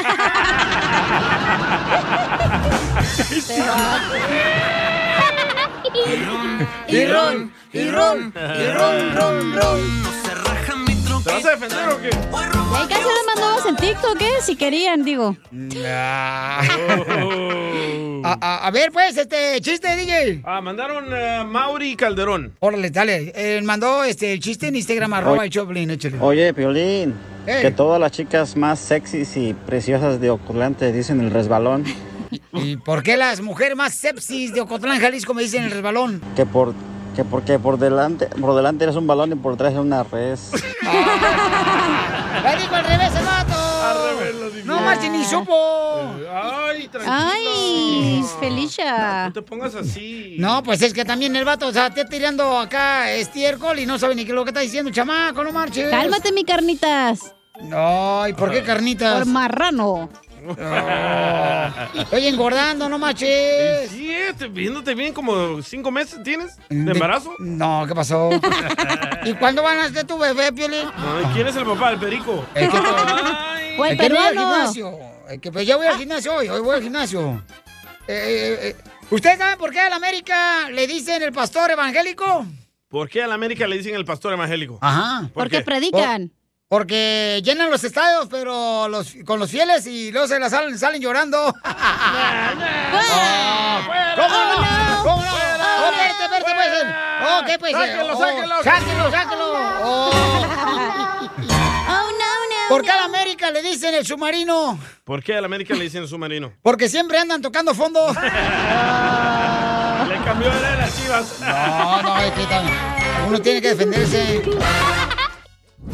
y ron, y ron, y ron, ron, ron. ¿Te vas a defender o qué? Hay que hacer las mandabas en TikTok, ¿eh? Si querían, digo. Ah. Oh. A, a- a ver, pues, este chiste, D J. Ah, mandaron eh, Mauri Calderón. Órale, dale. Eh, mandó este el chiste en Instagram, arroba el Choplin, échale. Oye, Piolín, Ey. que todas las chicas más sexys y preciosas de Ocotlán te dicen el resbalón, ¿Y por qué las mujeres más sepsis de Ocotlán, Jalisco, me dicen el resbalón? que por que porque por delante por delante eres un balón y por detrás eres una res. ¡La dijo al revés el vato! Al revés lo dijo. ¡No más ni supo! Ay, tranquilo. Ay, Felicia. No te pongas así. No, pues es que también el vato, o sea, te tirando acá estiércol y no sabe ni qué es lo que está diciendo, chamaco, no marches. Cálmate, mi carnitas. No, ¿y por qué carnitas? Por marrano. No. Estoy engordando, no marches. Sí, eh, te- viéndote bien, como cinco meses tienes de embarazo. No, ¿qué pasó? ¿Y cuándo van a hacer tu bebé, Piolín? Ay, ¿quién es el papá? ¿El perico? Es que, Ay. O el es que voy al peruano. gimnasio. Es que pues ya voy al gimnasio hoy, hoy voy al gimnasio. Eh, eh, eh, ¿Ustedes saben por qué a la América le dicen el pastor evangélico? ¿Por qué a la América le dicen el pastor evangélico? Ajá. ¿Por Porque qué? predican. Porque llenan los estadios, pero los, con los fieles y luego se la salen, salen llorando. ¡Fuera! ¿Cómo ¡Oh, no? no! ¿Cómo no? ¡Fuera! Oh, espérate, espérate, pues. Oh, ¿qué pues? ¡Sáquenlo, Oh, sáquenlo! ¡Sáquenlo, sáquenlo! Oh. Oh, no, no. ¿Por qué a la América le dicen el submarino? ¿Por qué a la América le dicen submarino? Porque siempre andan tocando fondo. Le cambió de las Chivas. No, no, es que tal- uno tiene que defenderse.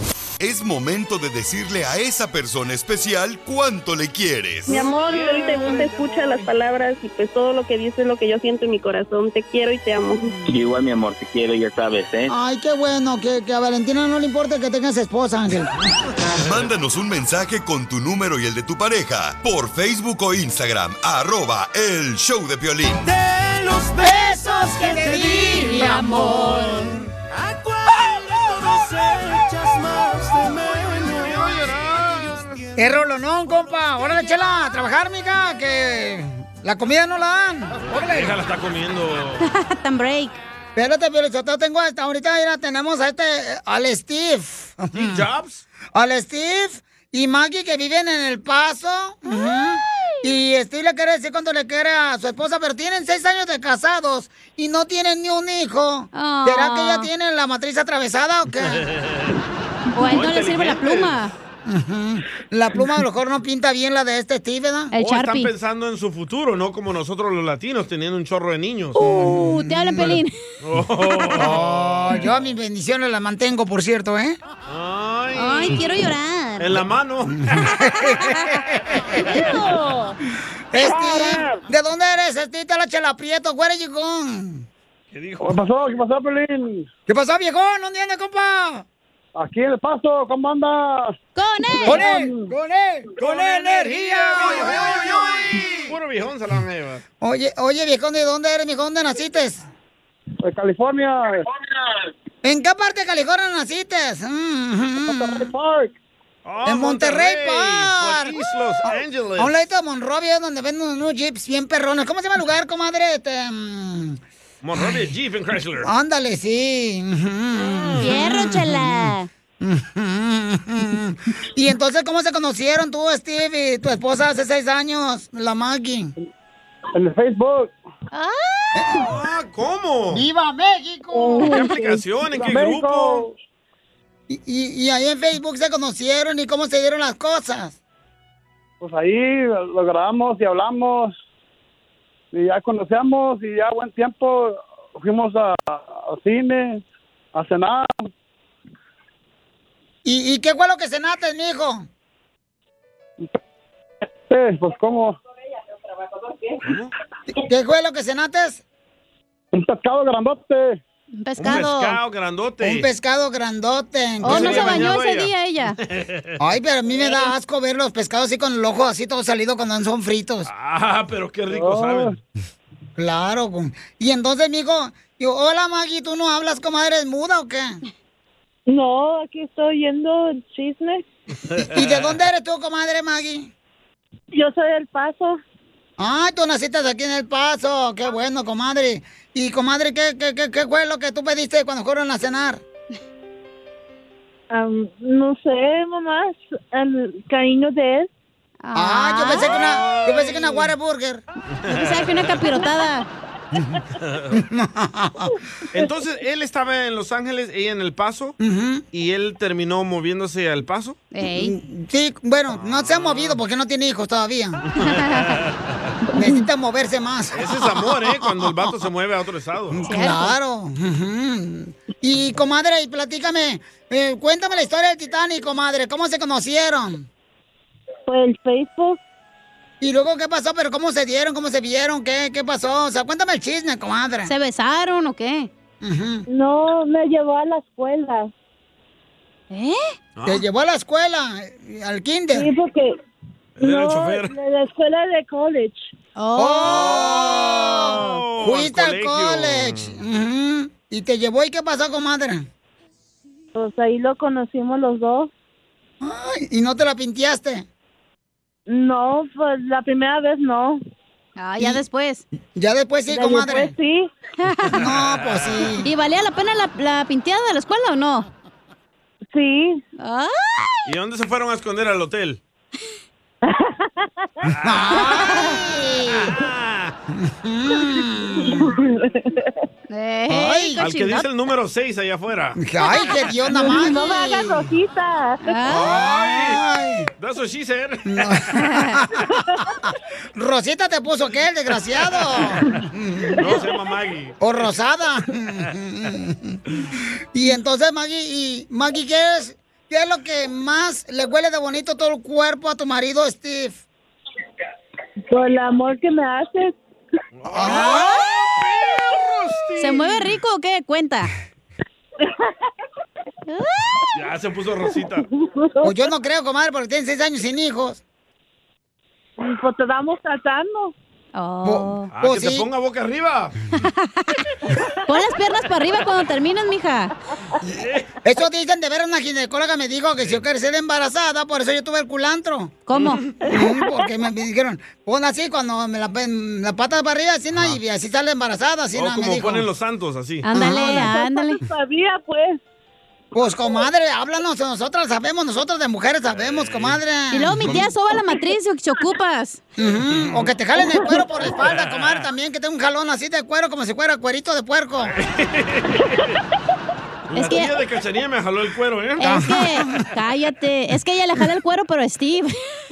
Es momento de decirle a esa persona especial cuánto le quieres. Mi amor, si hoy te gusta, escucha las palabras y pues todo lo que dices es lo que yo siento en mi corazón. Te quiero y te amo. Igual, mi amor, te quiero, ya sabes, ¿eh? Ay, qué bueno, que, que a Valentina no le importa que tengas esposa, Ángel. Mándanos un mensaje con tu número y el de tu pareja por Facebook o Instagram, arroba el show de Piolín. De los besos que te di, mi amor. ¿A cuál de todos echas más de menos? ¡Qué rolonón, compa! ¡Órale, chela! ¡A trabajar, mija! Que la comida no la dan. ¡Órale! Déjala, está comiendo. Tan break. Espérate, pero yo tengo hasta ahorita, mira, tenemos a este, al Steve. ¿Steve Jobs? Al Steve y Maggie que viven en El Paso. Uh-huh. Y Steve le quiere decir cuánto le quiere a su esposa, pero tienen seis años de casados y no tienen ni un hijo. Oh. ¿Será que ella tiene la matriz atravesada o qué? O a él no le sirve la pluma. Uh-huh. La pluma a lo mejor no pinta bien la de este Steve, ¿verdad? El o Sharpie. Están pensando en su futuro, no como nosotros los latinos, teniendo un chorro de niños. Uh, te habla Pelín. Oh. Oh, yo a mis bendiciones las mantengo, por cierto, ¿eh? Ay, Ay, quiero llorar. En la mano. Steve, ¿de dónde eres, Steve? Te la chela Prieto, where are you going? ¿Qué dijo? ¿Qué pasó? ¿Qué pasó, Pelín? ¿Qué pasó, viejón? ¿Dónde anda, compa? Aquí en El Paso, ¿cómo andas? ¡Con él! ¡Con él! ¡Con él! ¡Con energía! ¡Uy, uy, uy, uy! Puro viejón se la van a llevar. Oye, oye, viejón, ¿de dónde eres, viejón? ¿Dónde naciste? De California. ¿En qué parte de California naciste? Mm-hmm. Monterrey Park. Oh, en Monterrey, Monterrey Park. Por East Los Angeles. A un ladito de Monrovia, donde venden unos jeeps bien perrones. ¿Cómo se llama el lugar, comadre? Este, um... Monrovia Jeep and Chrysler. Ándale, sí. Fierro, chela. Y entonces, ¿cómo se conocieron tú, Steve, y tu esposa hace seis años, la Maggie? En el Facebook. Ah, ¿cómo? ¡Viva México! ¿En qué aplicación? ¿En qué grupo? Y, y, y ahí en Facebook se conocieron, ¿y cómo se dieron las cosas? Pues ahí lo grabamos y hablamos. Y ya conocemos y ya buen tiempo fuimos a, a cine, a cenar. ¿Y, ¿Y qué fue lo que cenaste, mijo? Eh, pues, ¿cómo? ¿Cómo? ¿Qué fue lo que cenaste? Un pescado grandote. Un pescado. Un pescado grandote. Un pescado grandote. Oh, no se bañó ese día ella. Ay, pero a mí me da asco ver los pescados así con el ojo así todo salido cuando son fritos. Ah, pero qué rico Oh. saben. Claro. Y entonces, mijo, yo, hola, Maggie, ¿tú no hablas, comadre? ¿Es muda o qué? No, aquí estoy oyendo el chisme. ¿Y de dónde eres tú, comadre Maggie? Yo soy del Paso. Ah, tú naciste aquí en El Paso. Qué bueno, comadre. Y, comadre, ¿qué, qué, qué, qué fue lo que tú pediste cuando fueron a cenar? Um, no sé, mamá, el cariño de él. Ah, yo pensé que una, yo pensé que una Whataburger. Yo pensaba que una capirotada. Entonces, él estaba en Los Ángeles, ella en El Paso, uh-huh. y él terminó moviéndose al Paso. Ey. Sí, bueno, no se ha movido porque no tiene hijos todavía. Necesita moverse más. Ese es amor, ¿eh? Cuando el vato se mueve a otro estado. Claro. Uh-huh. Y, comadre, y platícame, eh, cuéntame la historia del Titanic, comadre. ¿Cómo se conocieron? Por el Facebook. ¿Y luego qué pasó? ¿Pero cómo se dieron? ¿Cómo se vieron? ¿Qué, qué pasó? O sea, cuéntame el chisme, comadre. ¿Se besaron o qué? Uh-huh. No, me llevó a la escuela. ¿Eh? ¿Te Ah. llevó a la escuela? ¿Al kinder? Sí, porque... Él era el No, chofer. de la escuela de college. ¡Oh! Oh, Fuiste al al colegio. college. Uh-huh. ¿Y te llevó y qué pasó, comadre? Pues ahí lo conocimos los dos. Ay, ¿y no te la pinteaste? No, pues la primera vez no. Ah, ya Y- después. Ya después sí, Ya comadre. después sí. No, pues sí. ¿Y valía la pena la, la pinteada de la escuela o no? Sí. ¡Ay! ¿Y dónde se fueron a esconder al hotel? ¡Ey, Ay, Al que cochinota! dice el número seis allá afuera. Ay, qué Dios, nada más. No me hagas rojita. Ay. That's what she said. No. Rosita te puso qué, el desgraciado. No, se llama Maggie. O Rosada. Y entonces, Maggie, y Maggie, ¿qué es? ¿qué es lo que más le huele de bonito todo el cuerpo a tu marido, Steve? Por el amor que me haces. ¡Ah! ¿Se mueve rico o qué? Cuenta. Ya se puso rosita. Pues yo no creo, comadre, porque tienen seis años sin hijos. Pues te estamos tratando. Oh. Ah, Pues que te sí. ponga boca arriba. Pon las piernas para arriba cuando termines, mija. Eso dicen, de ver, una ginecóloga me dijo que si yo quería ser embarazada, por eso yo tuve el culantro. ¿Cómo? Mm, Porque me dijeron, pon así cuando me la, la pata para arriba, así, ¿no? Y así sale embarazada, así, O ¿no? Me como dijo. ponen los santos, así. Ándale, ándale. Sabía, pues. Pues, comadre, háblanos, nosotras sabemos, nosotros de mujeres sabemos, comadre. Y luego mi tía soba la matriz y te ocupas. Ujú, O que te jalen el cuero por la espalda, comadre, también, que tenga un jalón así de cuero, como si fuera cuerito de puerco. La Es que- tía de Cachanilla me jaló el cuero, ¿eh? Es que, cállate, es que ella le jala el cuero, pero a Steve.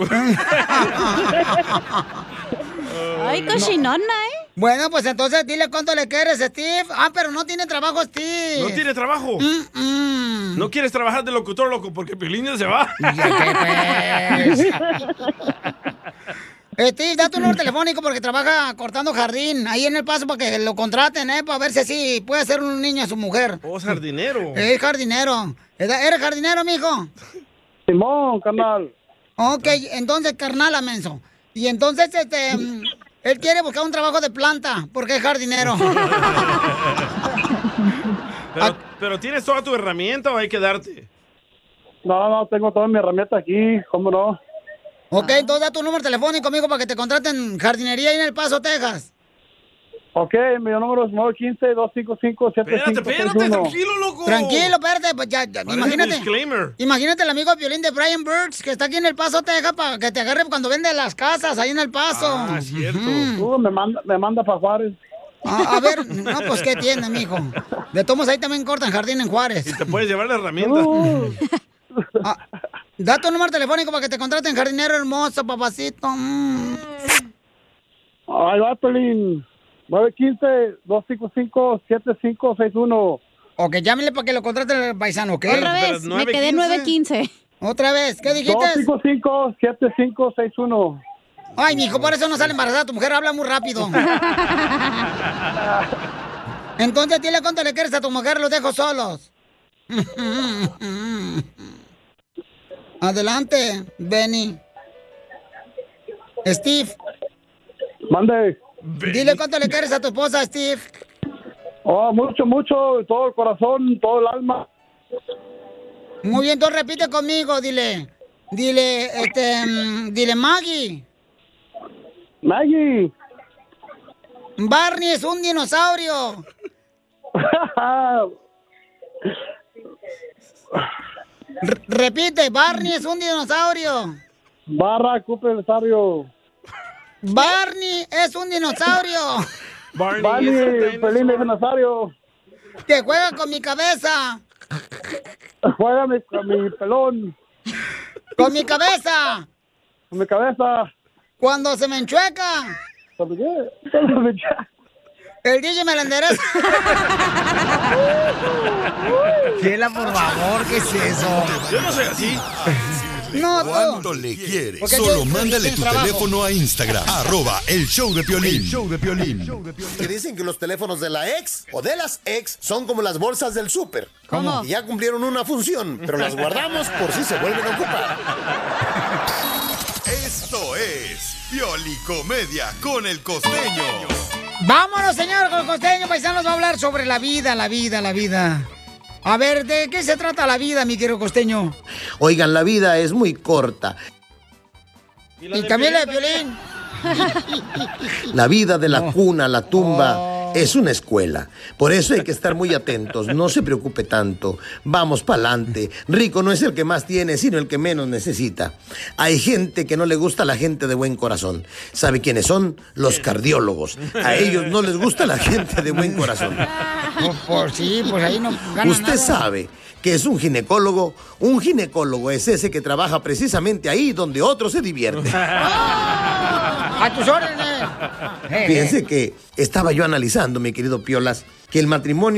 Ay, cochinona, ¿eh? Bueno, pues entonces dile cuánto le quieres, Steve. Ah, pero no tiene trabajo, Steve. ¿No tiene trabajo? Mm. ¿No quieres trabajar de locutor, loco? Porque Piolín ya se va. Steve, da tu número telefónico porque trabaja cortando jardín ahí en El Paso para que lo contraten, ¿eh? Para ver si así puede ser un niño a su mujer. Oh, es jardinero. Es jardinero. ¿Eres jardinero, mijo? Simón, carnal. Ok, entonces, carnal, amenso. Y entonces, este, mm, él quiere buscar un trabajo de planta porque es jardinero. Pero, pero ¿tienes toda tu herramienta o hay que darte? No, no, tengo toda mi herramienta aquí, ¿cómo no? Ok, entonces da tu número telefónico, amigo, para que te contraten jardinería ahí en El Paso, Texas. Ok, mi número es nueve uno cinco, dos cinco cinco, siete cinco seis uno. loco. Tranquilo, espérate, pues ya, ya, Parece imagínate. disclaimer. Imagínate el amigo violín de Brian Birds, que está aquí en El Paso, Texas, para que te agarre cuando vende las casas ahí en El Paso. Ah, cierto. Uh, me manda, me manda para Juárez. A, a ver, no, pues, ¿qué tiene, mijo? De tomos ahí también cortan jardín en Juárez. Y te puedes llevar la herramienta. Ah, da tu número telefónico para que te contraten jardinero hermoso, papacito. Mm. Ahí va, Pelín. nueve uno cinco, dos cinco cinco, siete cinco seis uno. Ok, llámenle para que lo contraten el paisano, ¿ok? Otra vez, me quedé nueve quince. Otra vez, ¿qué dijiste? dos cinco cinco, siete cinco seis uno. Ay, mijo, por eso no sale embarazada. Tu mujer habla muy rápido. Entonces, dile cuánto le quieres a tu mujer, los dejo solos. Adelante, Benny. Steve. Mande. Dile cuánto le quieres a tu esposa, Steve. Oh, mucho, mucho, todo el corazón, todo el alma. Muy bien, tú repite conmigo, dile. Dile, este, mm, dile Maggie. Maggie. Barney es un dinosaurio. R- repite, Barney es un dinosaurio. Barra, Cooper, Rosario. Barney es un dinosaurio. Barney, Barney, es un Pelín de dinosaur. dinosaurio. Que juega con mi cabeza. Juega mi- con mi pelón, Con mi cabeza. con mi cabeza. Cuando se me enchueca. ¿Cuándo qué? ¿Cuándo me echa? El D J me la endereza. Chela, por favor, ¿qué es eso? Yo no soy así. No, ¿Cuánto le quieres? Porque Solo yo- mándale yo tu trabajo. teléfono a Instagram, arroba el show de Piolín. El show de Piolín. Que dicen que los teléfonos de la ex o de las ex son como las bolsas del súper. ¿Cómo? Y ya cumplieron una función, pero las guardamos por si se vuelven a ocupar. Esto es Piolicomedia con el costeño. Vámonos, señor, con el costeño paisanos va a hablar sobre la vida, la vida, la vida. A ver, ¿de qué se trata la vida, mi querido costeño? Oigan, la vida es muy corta. Y también la de Piolín. La vida de la cuna a la tumba es una escuela. Por eso hay que estar muy atentos. No se preocupe tanto. Vamos pa'lante. Rico no es el que más tiene, sino el que menos necesita. Hay gente que no le gusta a la gente de buen corazón. ¿Sabe quiénes son? Los cardiólogos. A ellos no les gusta la gente de buen corazón. Pues, por sí, pues ahí no gana Usted nada. sabe que es un ginecólogo. Un ginecólogo es ese que trabaja precisamente ahí donde otro se divierte. A tus órdenes. Eh, Fíjense que estaba yo analizando, mi querido Piolas, que el matrimonio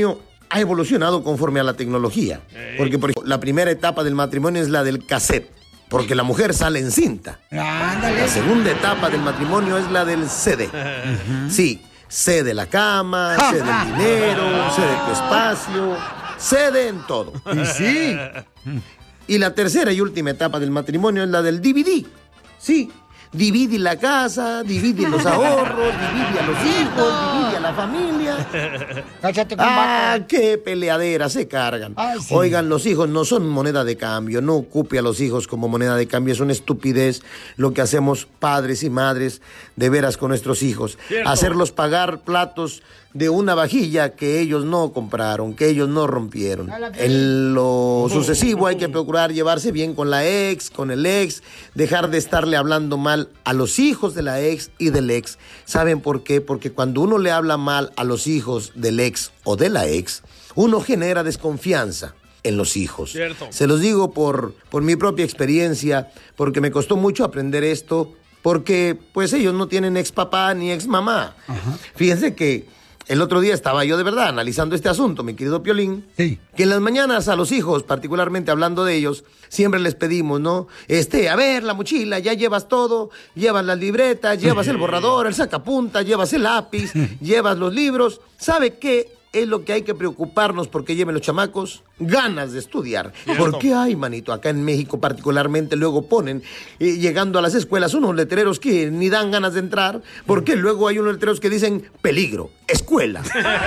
ha evolucionado conforme a la tecnología. Porque, por ejemplo, la primera etapa del matrimonio es la del cassette, porque la mujer sale en cinta. La segunda etapa del matrimonio es la del C D. Sí, cede la cama, cede el dinero, cede tu espacio, cede en todo. Y sí. Y la tercera y última etapa del matrimonio es la del D V D. Sí, divide la casa, divide los ahorros, divide a los hijos, divide a la familia. Cállate con Ah, vaca. qué peleadera se cargan. Ay, sí. Oigan, los hijos no son moneda de cambio, no ocupe a los hijos como moneda de cambio, es una estupidez lo que hacemos padres y madres de veras con nuestros hijos. Cierto. Hacerlos pagar platos de una vajilla que ellos no compraron, que ellos no rompieron. En lo sucesivo hay que procurar llevarse bien con la ex, con el ex, dejar de estarle hablando mal a los hijos de la ex y del ex. ¿Saben por qué? Porque cuando uno le habla mal a los hijos del ex o de la ex, uno genera desconfianza en los hijos. Cierto. Se los digo por, por mi propia experiencia, porque me costó mucho aprender esto, porque pues ellos no tienen ex papá ni ex mamá. Fíjense que el otro día estaba yo de verdad analizando este asunto, mi querido Piolín. Sí. Que en las mañanas a los hijos, particularmente hablando de ellos, siempre les pedimos, ¿no? Este, a ver, la mochila, ya llevas todo, llevas las libretas, llevas el borrador, el sacapunta, llevas el lápiz, llevas los libros. ¿Sabe qué es lo que hay que preocuparnos porque lleven los chamacos? Ganas de estudiar. ¿Por qué hay, manito? Acá en México particularmente luego ponen, eh, llegando a las escuelas, unos letreros que ni dan ganas de entrar, porque luego hay unos letreros que dicen peligro, escuela.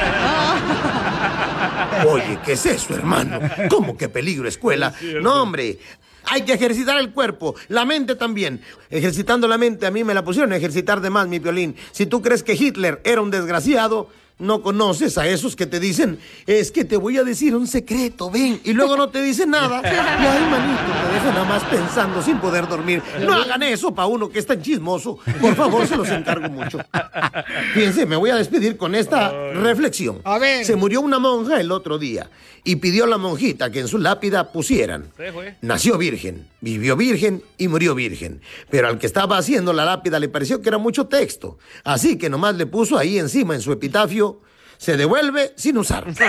Oye, ¿qué es eso, hermano? ¿Cómo que peligro, escuela? No, hombre. Hay que ejercitar el cuerpo, la mente también. Ejercitando la mente, a mí me la pusieron a ejercitar de más, mi Piolín. Si tú crees que Hitler era un desgraciado, no conoces a esos que te dicen, es que te voy a decir un secreto, ven, y luego no te dicen nada. Y ay, manito, te dejan nada más pensando sin poder dormir. No hagan eso pa' uno que es tan chismoso. Por favor, se los encargo mucho. Fíjense, me voy a despedir con esta reflexión. A ver. Se murió una monja el otro día y pidió a la monjita que en su lápida pusieran: nació virgen, vivió virgen y murió virgen. Pero al que estaba haciendo la lápida le pareció que era mucho texto. Así que nomás le puso ahí encima en su epitafio: se devuelve sin usar. Igual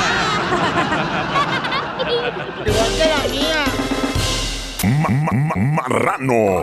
que la mía. Marrano.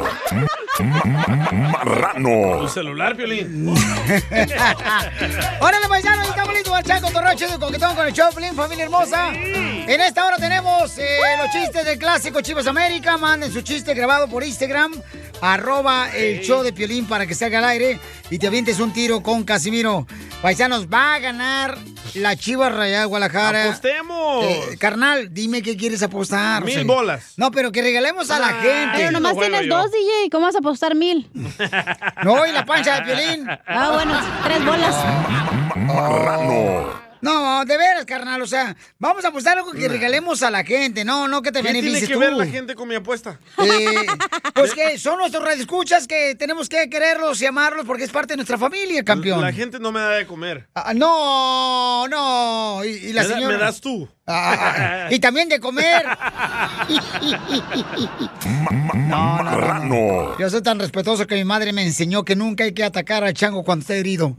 Marrano. Tu celular, Piolín. Órale, paisanos, estamos listos al Chaco Torroche de Coquetón con el show, Piolín, familia hermosa. En esta hora tenemos eh, los chistes del clásico Chivas América. Manden su chiste grabado por Instagram, arroba el show de Piolín, para que salga al aire y te avientes un tiro con Casimiro. Paisanos, va a ganar la Chivas Rayadas Guadalajara. ¡Apostemos! Eh, carnal, dime qué quieres apostar. Mil O sea, bolas. No, pero que regalemos a la gente. Pero nomás tienes dos, D J. ¿Cómo vas a apostar mil? No, y la pancha de Piolín. Ah, bueno, tres bolas. Marrano. No, de veras, carnal, o sea, vamos a apostar algo que regalemos a la gente, no, no que te ¿Qué beneficies tiene que tú. ver la gente con mi apuesta? Eh, pues que son nuestros radioescuchas que tenemos que quererlos y amarlos porque es parte de nuestra familia, campeón. La gente no me da de comer. Ah, no, no, y, y la me, da- señora... me das tú. Ah, y también de comer. No, no, no, no. Yo soy tan respetuoso que mi madre me enseñó que nunca hay que atacar al chango cuando esté herido.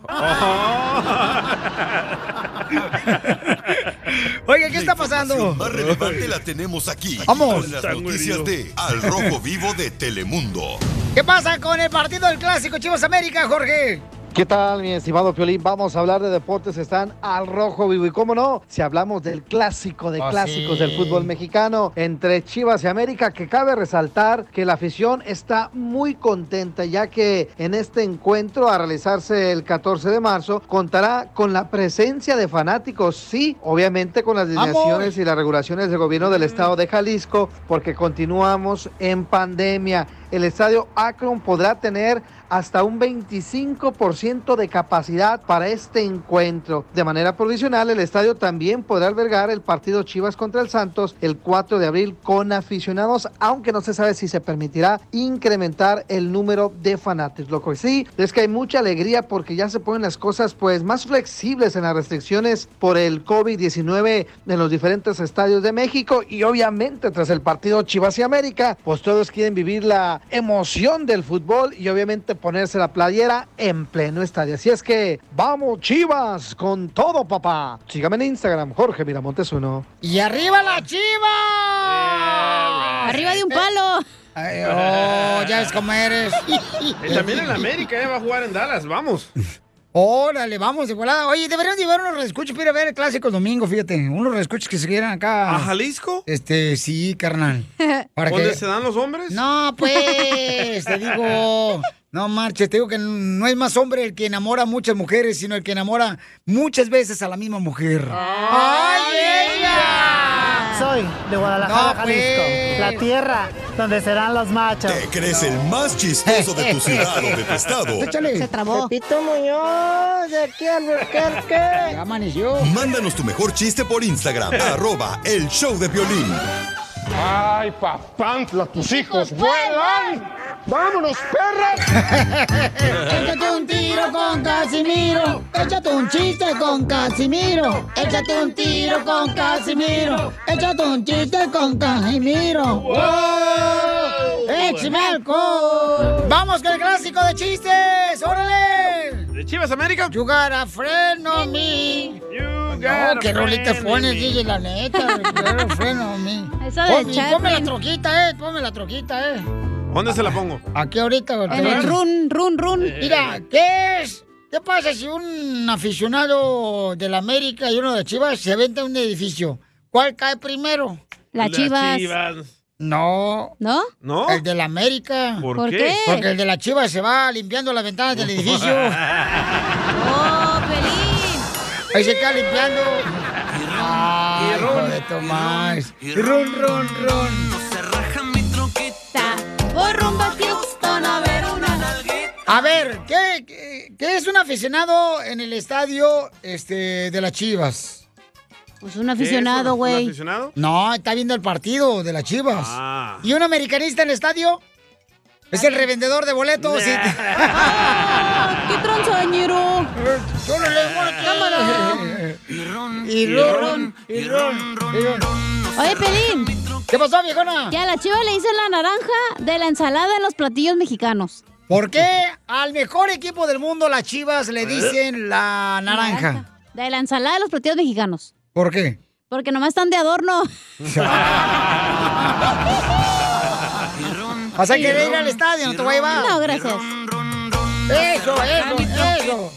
Oye, ¿qué está pasando? Más relevante la tenemos aquí. Vamos. Con las noticias de Al Rojo Vivo de Telemundo. ¿Qué pasa con el partido del clásico Chivas América, Jorge? ¿Qué tal, mi estimado Piolín? Vamos a hablar de deportes, están al rojo vivo. Y cómo no, si hablamos del clásico de Oh, clásicos sí. del fútbol mexicano entre Chivas y América, que cabe resaltar que la afición está muy contenta, ya que en este encuentro, a realizarse el catorce de marzo, contará con la presencia de fanáticos, sí, obviamente con las lineaciones y las regulaciones del gobierno del estado de Jalisco, porque continuamos en pandemia. El estadio Akron podrá tener hasta un veinticinco por ciento de capacidad para este encuentro. De manera provisional, el estadio también podrá albergar el partido Chivas contra el Santos el cuatro de abril con aficionados, aunque no se sabe si se permitirá incrementar el número de fanáticos. Lo que sí es que hay mucha alegría porque ya se ponen las cosas pues más flexibles en las restricciones por el COVID diecinueve en los diferentes estadios de México, y obviamente tras el partido Chivas y América, pues todos quieren vivir la emoción del fútbol y obviamente ponerse la playera en pleno estadio. Así es que vamos Chivas con todo, papá. Sígame en Instagram, Jorge Miramontes uno. ¡Y arriba la Chiva! Arriba de un palo. Ay, oh, ya ves cómo eres. Y también en América, ¿eh? Va a jugar en Dallas, vamos. Órale, vamos de volada. Oye, deberían llevar unos reescuchos para ir a ver el clásico el domingo, fíjate. Unos reescuchos que se quieran acá. ¿A Jalisco? Este, sí, carnal. ¿Para ¿Dónde qué? se dan los hombres? No, pues, te digo. No marches, te digo que no es más hombre el que enamora a muchas mujeres, sino el que enamora muchas veces a la misma mujer. ¡Ay, ella! Soy de Guadalajara, No, Jalisco, pues. la tierra donde serán los machos. ¿Te crees el más chistoso de tu ciudad o de tu estado? Se trabó. Pepito Muñoz, de aquí al Burquerque. Ya amaneció. Mándanos tu mejor chiste por Instagram, arroba el show de Piolín. ¡Ay, papantla, tus hijos vuelan! ¡Vámonos, perras! Échate un tiro con Casimiro. Échate un chiste con Casimiro. Échate un tiro con Casimiro. Échate un chiste con Casimiro. ¡Wow! ¡Échame alcohol! ¡Vamos con el clásico de chistes! ¡Órale! ¿De Chivas América? You got a friend on me. You got No, a qué rolita friend pones, in me. D J, la neta. You got a friend on me. Eso de Ponme, Chaplin. ponme la troquita, eh. Ponme la troquita, eh. ¿Dónde se la pongo? Aquí ahorita. En el run, run, run. Mira, ¿qué es? ¿Qué pasa si un aficionado de la América y uno de Chivas se venta un edificio? ¿Cuál cae primero? Las Chivas. No. ¿No? ¿No? El de la América. ¿Por ¿Por qué? qué? Porque el de la Chivas se va limpiando las ventanas del edificio. ¡Oh, Pelín! Ahí se queda limpiando. Ay, hijo de Tomás. Y run, run, run. Voy rumbo a Houston a ver una nalguita. A ver, ¿qué, qué, qué es un aficionado en el estadio este, de las Chivas? Pues un aficionado, güey. ¿Un aficionado? No, está viendo el partido de las Chivas. Ah. ¿Y un americanista en el estadio? Es el revendedor de boletos. Sí. ¡Qué transañero! Yo no le voy a cámara. Y ron, y ron, y ron. Oye, Pelín. ¿Qué pasó, viejona? Que a la Chiva le dicen la naranja de la ensalada en los platillos mexicanos. ¿Por qué al mejor equipo del mundo, las Chivas, le dicen la naranja? De la ensalada de los platillos mexicanos. ¿Por qué? Porque nomás están de adorno. ¿Vas a querer ir al estadio? ¿No te voy a llevar? No, gracias. Eso, eso, eso.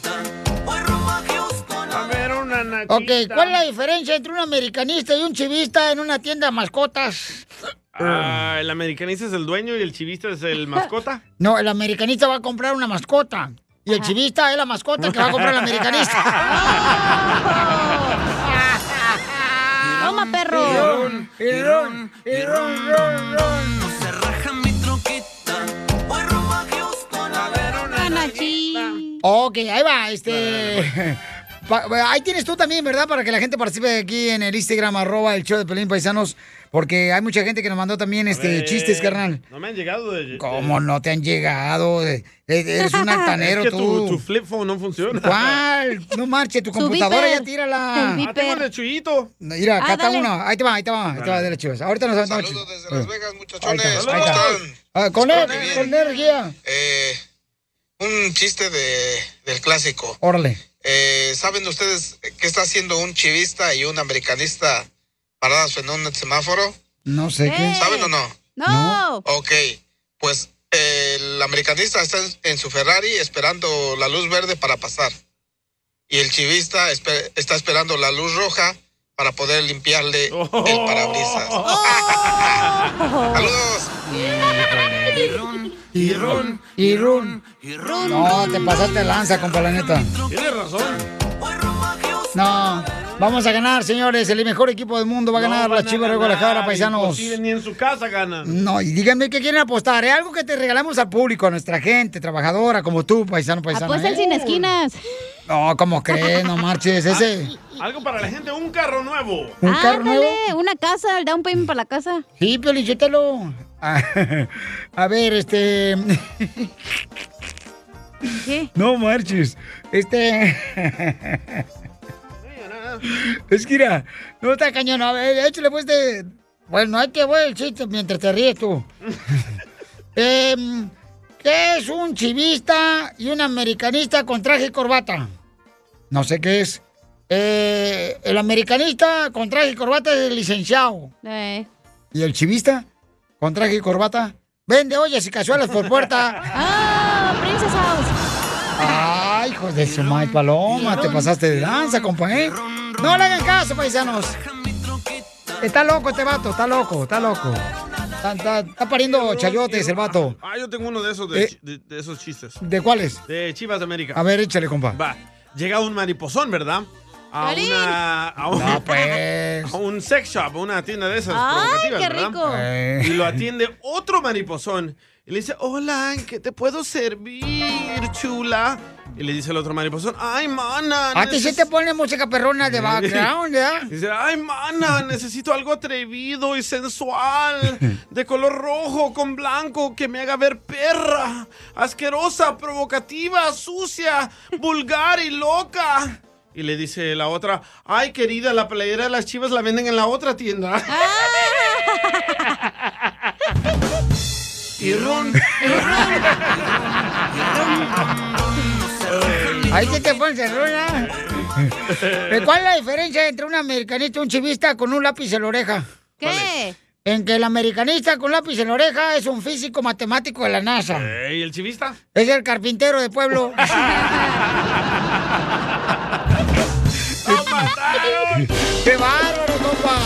A ver, una nachita. Ok, ¿cuál es la diferencia entre un americanista y un chivista en una tienda de mascotas? Ah, ¿el americanista es el dueño y el chivista es el mascota? No, el americanista va a comprar una mascota. Y el chivista es la mascota que va a comprar el americanista. ¡Toma, perro! Y ron, y ron, y ron, ron, ron. Se raja mi troquita. Voy rumbo a Houston a ver una nachita. Ok, ahí va, este... Pa- ahí tienes tú también, ¿verdad? Para que la gente participe aquí en el Instagram, arroba el show de Pelín, paisanos. Porque hay mucha gente que nos mandó también este ver, chistes, carnal. No me han llegado de... de- ¿Cómo no te han llegado? Eh, Eres un altanero, es que tú. Tu, tu flip phone no funciona. ¿Cuál? No marche, tu Su computadora viper. ya tírala. Ah, tengo el de Chuyito. No, mira, acá Ah, está dale. uno. Ahí te va, ahí te va. Ahí te va de las Chivas. Ahorita nos aventamos. Saludos chivas. desde Las Vegas, muchachones. Ahí está, ¿Cómo ahí está. están? Ah, con él, Bien. con energía. Eh, un chiste de, del clásico. Órale. Eh, ¿Saben ustedes qué está haciendo un chivista y un americanista parados en un semáforo? No sé qué. ¿Saben o no? ¡No! Ok, pues el americanista está en, en su Ferrari esperando la luz verde para pasar. Y el chivista espe- está esperando la luz roja para poder limpiarle el parabrisas. ¡Saludos! Y ron, y ron, y ron. No, te pasaste de lanza, compa, la neta. Tienes razón. No, vamos a ganar, señores. El mejor equipo del mundo va a ganar No la van a Chivas de ganar, Guadalajara, paisanos. imposible, ni en su casa ganan. No, y díganme qué quieren apostar. ¿eh? Algo que te regalamos al público, a nuestra gente trabajadora, como tú, paisano, paisano. Apuesta el ¿eh? sin esquinas. No, ¿cómo crees? No marches. Ese. Algo para la gente, un carro nuevo. ¿Un carro Ándale, nuevo? una casa, el down payment para la casa. Sí, Piolichotelo. A, a ver, este. ¿Qué? No marches. Este. Es que mira, no está cañón. A ver, échale pues de. Bueno, hay que ver el chiste mientras te ríes tú. Em, ¿Qué ¿Qué es un chivista y un americanista con traje y corbata? No sé qué es. Eh, el americanista con traje y corbata es el licenciado. Eh. ¿Y el chivista con traje y corbata? Vende ollas y cazuelas por puerta. ¡Ah, Princess House! ¡Ay, hijos de su madre paloma! Te pasaste de danza, compa, ¿eh? No le hagan caso, paisanos. Está loco este vato, está loco, está loco. Está, está, está pariendo chayotes el vato. Ah, yo tengo uno de esos, de, Eh. de- de esos chistes. ¿De cuáles? De Chivas de América. A ver, échale, compa. Va, llega un mariposón, ¿verdad? A ¡Piolín! una... A un, No, pues. a un sex shop, a una tienda de esas ¡Ay, provocativas, qué ¿verdad? rico! Eh. Y lo atiende otro mariposón. Y le dice, hola, ¿en qué te puedo servir, chula? Y le dice el otro mariposón, ay, mana. A ti sí neces- te pone música perrona de background, ¿ya? Dice, ay, mana, necesito algo atrevido y sensual, de color rojo con blanco, que me haga ver perra, asquerosa, provocativa, sucia, vulgar y loca. Y le dice la otra, ay, querida, la playera de las Chivas la venden en la otra tienda. Y ron, Ahí sí te pones cerrona. ¿Cuál es la diferencia entre un americanista y un chivista con un lápiz en la oreja? ¿Qué? En que el americanista con lápiz en la oreja es un físico matemático de la NASA. ¿Y el chivista? Es el carpintero de pueblo. ¡Qué bárbaro, compa!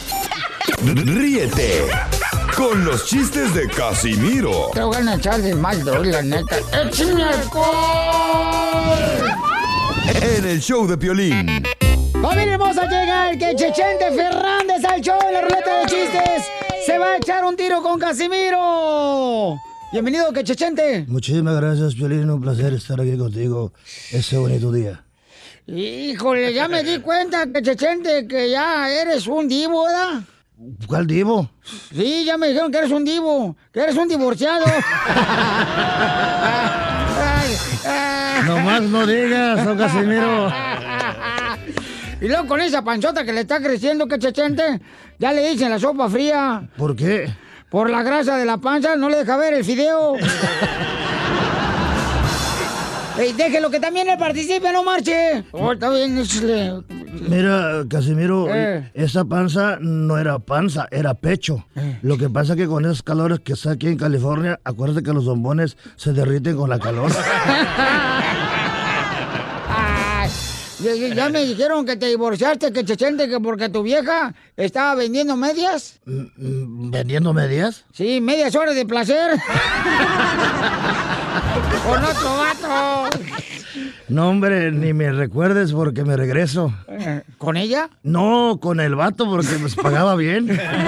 Ríete con los chistes de Casimiro Te voy a echar de mal, doy, la neta. ¡Échame alcohol! en el show de Piolín. ¡Familia hermosa! Llega el que Chechente Fernández al show de la ruleta de chistes. Se va a echar un tiro con Casimiro. Bienvenido, que Chechente. Muchísimas gracias, Piolín. Un placer estar aquí contigo este bonito día. Híjole, ya me di cuenta, que Chechente, que ya eres un divo, ¿verdad? ¿Cuál divo? Sí, ya me dijeron que eres un divo, que eres un divorciado. Nomás no digas, don Casimiro. Y luego con esa panchota que le está creciendo, que Chechente, ya le dicen la sopa fría. ¿Por qué? Por la grasa de la panza, no le deja ver el fideo. Ey, déjelo que también le participe, no marche. Oh, está bien, échale. Mira, Casimiro, Eh. esa panza no era panza, era pecho. Lo que pasa es que con esos calores que está aquí en California, acuérdate que los bombones se derriten con la calor. Ay, ya, ya- ya me dijeron que te divorciaste, que Chechente, que porque tu vieja estaba vendiendo medias. ¿Vendiendo medias? Sí, medias horas de placer. Con otro vato. No, hombre, ni me recuerdes porque me regreso. ¿Con ella? No, con el vato porque nos pagaba bien.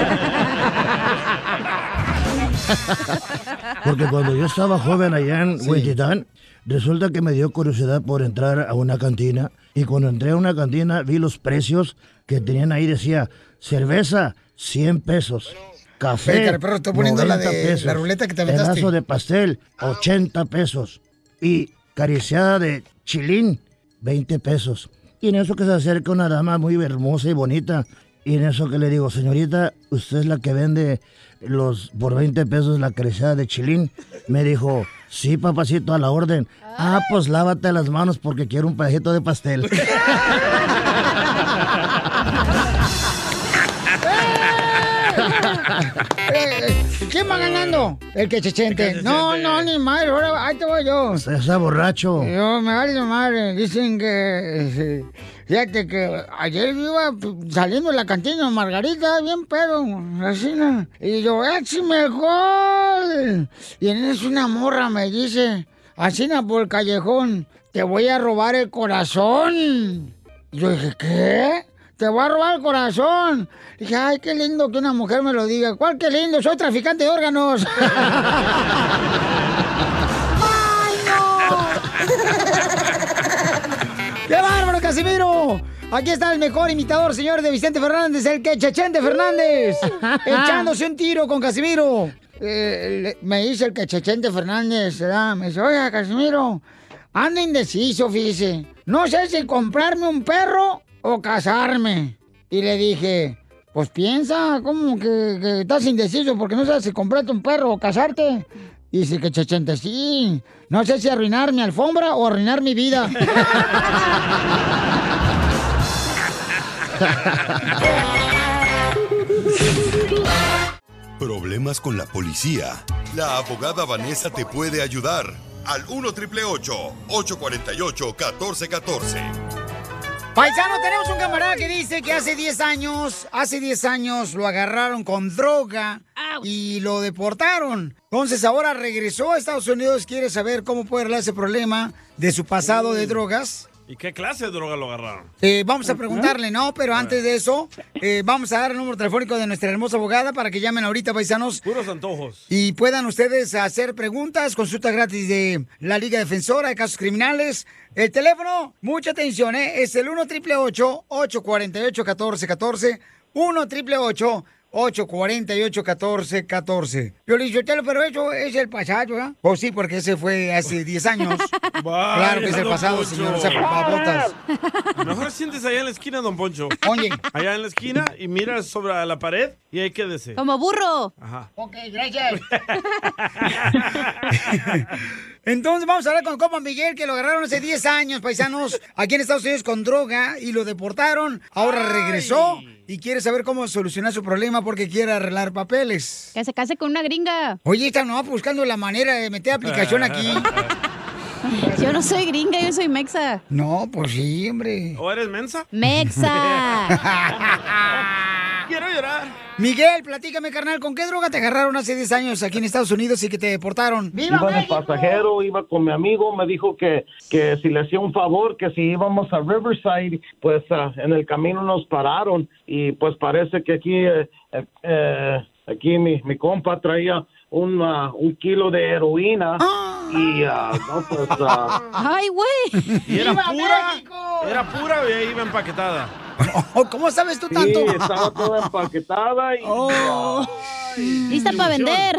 Porque cuando yo estaba joven allá en Sí. Huentitán, resulta que me dio curiosidad por entrar a una cantina. Y cuando entré a una cantina vi los precios que tenían ahí. Decía, cerveza, cien pesos. Café, Oye, pero estoy poniendo la noventa de pesos. la ruleta que te aventaste. Pedazo de pastel, ochenta pesos. Y cariciada de chilín, veinte pesos. Y en eso que se acerca una dama muy hermosa y bonita. Y en eso que le digo, señorita, usted es la que vende los por veinte pesos la cariciada de chilín. Me dijo, sí, papacito, a la orden. Ah, pues lávate las manos porque quiero un pedacito de pastel. Eh, ¿Quién va ganando? El que Chechente. No, no, ni madre, ahora ahí te voy yo. Está borracho. Yo, me vale madre. Dicen que. eh, Fíjate que ayer iba saliendo de la cantina Margarita, bien pedo, así, ¿no? Y yo, échame el gol. Y en eso una morra me dice, así, ¿no? Por el callejón, te voy a robar el corazón. Y yo dije, ¿qué? Te voy a robar el corazón. Dije, ay, qué lindo que una mujer me lo diga. ¿Cuál qué lindo? Soy traficante de órganos. ¡Ay, no! ¡Qué bárbaro, Casimiro! Aquí está el mejor imitador, señor, de Vicente Fernández, el que Chechente Fernández, echándose un tiro con Casimiro. Eh, le- me dice el que Chechente Fernández, ¿verdad? Me dice, oiga, Casimiro, ando indeciso, fíjese. No sé si comprarme un perro o casarme. Y le dije, pues piensa, ¿cómo que, que estás indeciso porque no sabes si comprarte un perro o casarte? Dice que Chechente, sí. No sé si arruinar mi alfombra o arruinar mi vida. Problemas con la policía. La abogada Vanessa te puede ayudar. Al uno triple ocho, ocho cuatro ocho, uno cuatro uno cuatro. Paisano, tenemos un camarada que dice que hace diez años, hace diez años lo agarraron con droga y lo deportaron. Entonces ahora regresó a Estados Unidos, quiere saber cómo puede arreglar ese problema de su pasado de drogas. ¿Y qué clase de droga lo agarraron? Eh, vamos a preguntarle, ¿no? Pero antes de eso, eh, vamos a dar el número telefónico de nuestra hermosa abogada para que llamen ahorita, paisanos. Puros antojos. Y puedan ustedes hacer preguntas, consulta gratis de la Liga Defensora de Casos Criminales. El teléfono, mucha atención, ¿eh? Es el uno triple ocho, ocho cuatro ocho, uno cuatro uno cuatro. uno triple ocho, ocho cuatro ocho, uno cuatro uno cuatro. Yo le dije, pero eso es el pasado, ¿eh? Pues sí, porque ese fue hace diez años. Vaya, Claro que es el don pasado, Poncho. señor. O sea, papotas. Mejor sientes allá en la esquina, don Poncho. Oye. Allá en la esquina y miras sobre la pared y ahí quédese. Como burro. Ajá. Ok, gracias. Entonces vamos a hablar con compa Miguel, que lo agarraron hace diez años, paisanos, aquí en Estados Unidos con droga y lo deportaron. Ahora regresó y quiere saber cómo solucionar su problema porque quiere arreglar papeles. Que se case con una gringa. Oye, está no buscando la manera de meter aplicación aquí. Yo no soy gringa, yo soy mexa. No, pues sí, hombre. ¿O eres mensa? Mexa. Quiero llorar. Miguel, platícame, carnal, ¿con qué droga te agarraron hace diez años aquí en Estados Unidos y que te deportaron? Iba en el pasajero, iba con mi amigo, me dijo que, que si le hacía un favor, que si íbamos a Riverside, pues uh, en el camino nos pararon y pues parece que aquí, eh, eh, aquí mi, mi compa traía un, uh, un kilo de heroína y uh, no, pues... Uh, ¡Ay, güey! ¿Y era pura? ¿Era pura o ya iba empaquetada? ¿Cómo sabes tú sí, tanto? estaba toda empaquetada y... Oh. ¡Lista para vender!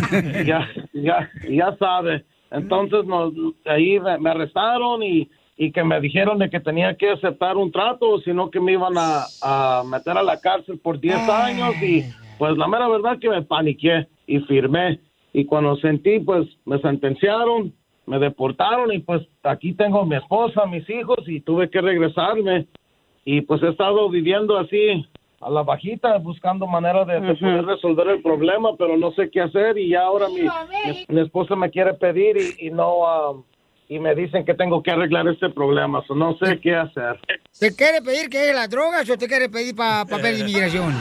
Ya, ya, ya sabe. Entonces nos, ahí me, me arrestaron y, y que me dijeron de que tenía que aceptar un trato, sino que me iban a, a meter a la cárcel por diez años y pues la mera verdad que me paniqué y firmé. Y cuando sentí, pues me sentenciaron, me deportaron y pues aquí tengo a mi esposa, mis hijos y tuve que regresarme. Y pues he estado viviendo así a la bajita, buscando manera de, de poder resolver el problema, pero no sé qué hacer y ya ahora mi, mi, mi esposa me quiere pedir y, y no uh, y me dicen que tengo que arreglar este problema, so no sé qué hacer. ¿Te quiere pedir que es las drogas o te quiere pedir para papel de inmigración?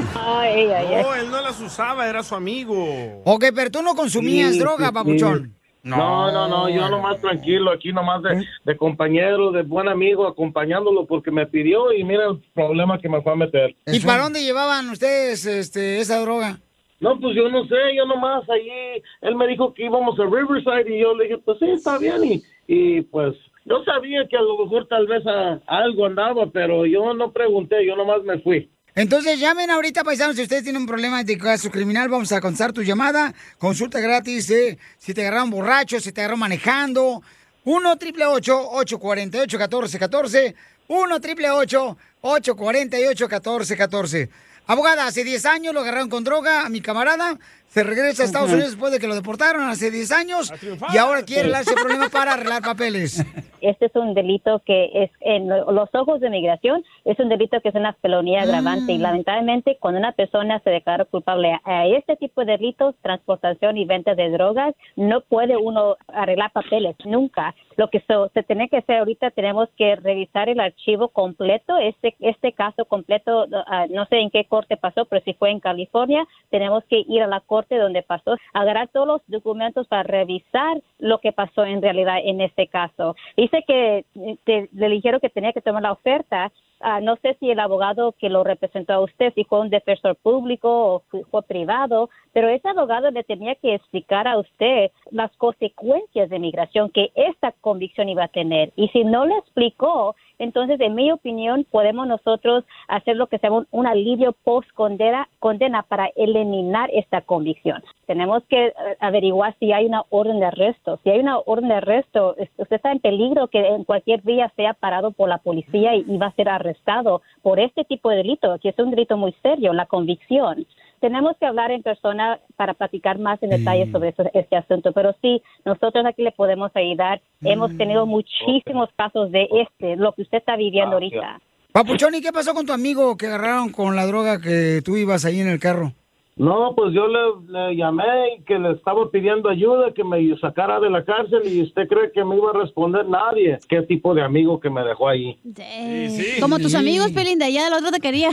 Ay, ay, ay. No, él no las usaba, era su amigo. Ok, pero tú no consumías Sí, droga, sí, papuchón. sí. No, no, no, yo nomás tranquilo, aquí nomás de, de compañero, de buen amigo, acompañándolo porque me pidió y mira el problema que me fue a meter. ¿Y para dónde llevaban ustedes este, esa droga? No, pues yo no sé, yo nomás allí, él me dijo que íbamos a Riverside y yo le dije, pues sí, está bien y, y pues yo sabía que a lo mejor tal vez a, a algo andaba, pero yo no pregunté, yo nomás me fui. Entonces llamen ahorita, paisanos, si ustedes tienen un problema de caso criminal, vamos a contestar tu llamada. Consulta gratis, eh, si te agarraron borracho, si te agarraron manejando. uno triple ocho, ocho cuatro ocho, uno cuatro uno cuatro. uno triple ocho, ocho cuatro ocho, uno cuatro uno cuatro. Abogada, hace diez años lo agarraron con droga a mi camarada. Se regresa a Estados Ujú. Unidos después de que lo deportaron hace diez años. Y ahora quiere darse problema para arreglar papeles. Este es un delito que es, en los ojos de migración, es un delito que es una felonía agravante y lamentablemente cuando una persona se declara culpable a, a este tipo de delitos, transportación y venta de drogas, no puede uno arreglar papeles, nunca. Lo que so, se tiene que hacer ahorita, tenemos que revisar el archivo completo, este este caso completo, uh, no sé en qué corte pasó, pero si fue en California, tenemos que ir a la corte donde pasó, agarrar todos los documentos para revisar lo que pasó en realidad en este caso. Dice que te, le dijeron que tenía que tomar la oferta. Uh, no sé si el abogado que lo representó a usted, si fue un defensor público o fue, fue privado, pero ese abogado le tenía que explicar a usted las consecuencias de migración que esta convicción iba a tener. Y si no le explicó, entonces, en mi opinión, podemos nosotros hacer lo que se llama un, un alivio post-condena condena para eliminar esta convicción. Tenemos que uh, averiguar si hay una orden de arresto. Si hay una orden de arresto, usted está en peligro que en cualquier día sea parado por la policía y, y va a ser arrestado por este tipo de delito, que es un delito muy serio, la convicción. tenemos que hablar en persona para platicar más en detalle sobre eso- este asunto, pero sí, nosotros aquí le podemos ayudar. Hemos tenido muchísimos casos de este, lo que usted está viviendo ahorita. Papuchón, ¿y qué pasó con tu amigo que agarraron con la droga que tú ibas ahí en el carro? No, pues yo le, le llamé y que le estaba pidiendo ayuda, que me sacara de la cárcel, y usted cree que me iba a responder nadie. ¿Qué tipo de amigo que me dejó ahí? Sí. Como tus amigos, Pelín, de allá del otro te quería.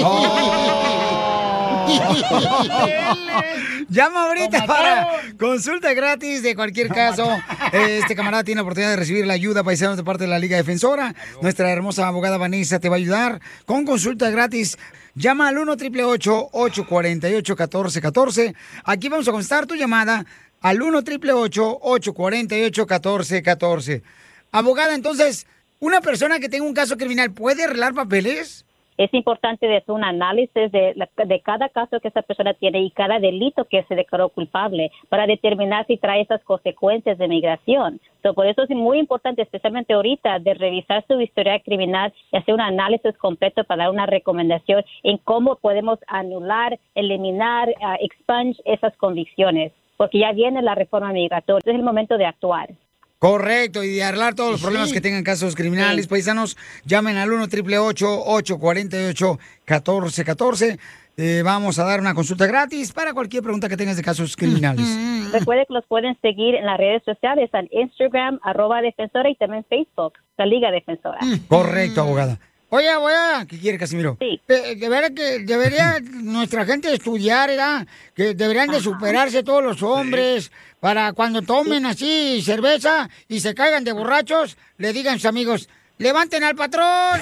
Llama ahorita para consulta gratis de cualquier caso. Este camarada tiene la oportunidad de recibir la ayuda, paisanos, de parte de la Liga Defensora. Nuestra hermosa abogada Vanessa te va a ayudar con consulta gratis. Llama al uno triple ocho, ocho cuatro ocho, uno cuatro uno cuatro. Aquí vamos a contestar tu llamada al uno triple ocho, ocho cuatro ocho, uno cuatro uno cuatro. Abogada, entonces, ¿una persona que tenga un caso criminal puede arreglar papeles? Es importante de hacer un análisis de, la- de cada caso que esa persona tiene y cada delito que se declaró culpable para determinar si trae esas consecuencias de migración. So, por eso es muy importante, especialmente ahorita, de revisar su historia criminal y hacer un análisis completo para dar una recomendación en cómo podemos anular, eliminar, uh, expunge esas convicciones, porque ya viene la reforma migratoria. Es el momento de actuar. Correcto, y de arreglar todos los problemas que tengan casos criminales, paisanos, llamen al uno triple ocho, ocho cuatro ocho, uno cuatro uno cuatro. Eh, vamos a dar una consulta gratis para cualquier pregunta que tengas de casos criminales. Recuerde que los pueden seguir en las redes sociales, en Instagram, arroba defensora, y también Facebook, la Liga Defensora. Correcto, abogada. Oye, abogada, ¿qué quiere, Casimiro? Sí. Eh, de verdad que debería nuestra gente estudiar, ¿verdad? Que deberían de superarse todos los hombres para cuando tomen así cerveza y se caigan de borrachos, le digan a sus amigos, ¡levanten al patrón!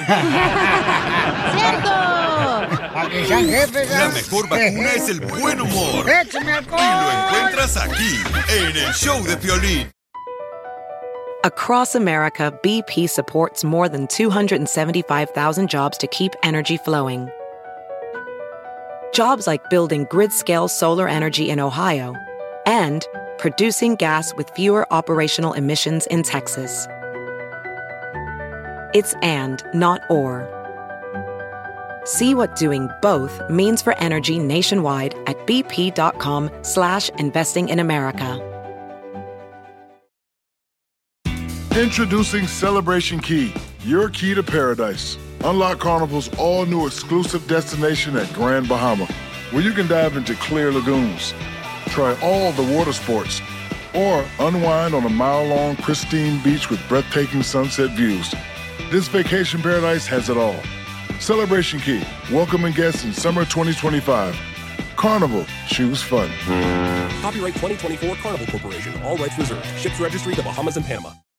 ¡Cierto! Para que sean jefes, La mejor vacuna es el buen humor. ¡Échame alcohol! Y lo encuentras aquí, en el show de Piolín. Across America, B P supports more than two hundred seventy-five thousand jobs to keep energy flowing. Jobs like building grid-scale solar energy in Ohio and producing gas with fewer operational emissions in Texas. It's and, not or. See what doing both means for energy nationwide at bp.com slash investing in America. Introducing Celebration Key, your key to paradise. Unlock Carnival's all-new exclusive destination at Grand Bahama, where you can dive into clear lagoons, try all the water sports, or unwind on a mile-long pristine beach with breathtaking sunset views. This vacation paradise has it all. Celebration Key, welcoming guests in summer twenty twenty-five. Carnival, choose fun. Copyright twenty twenty-four Carnival Corporation. All rights reserved. Ships registry the Bahamas and Panama.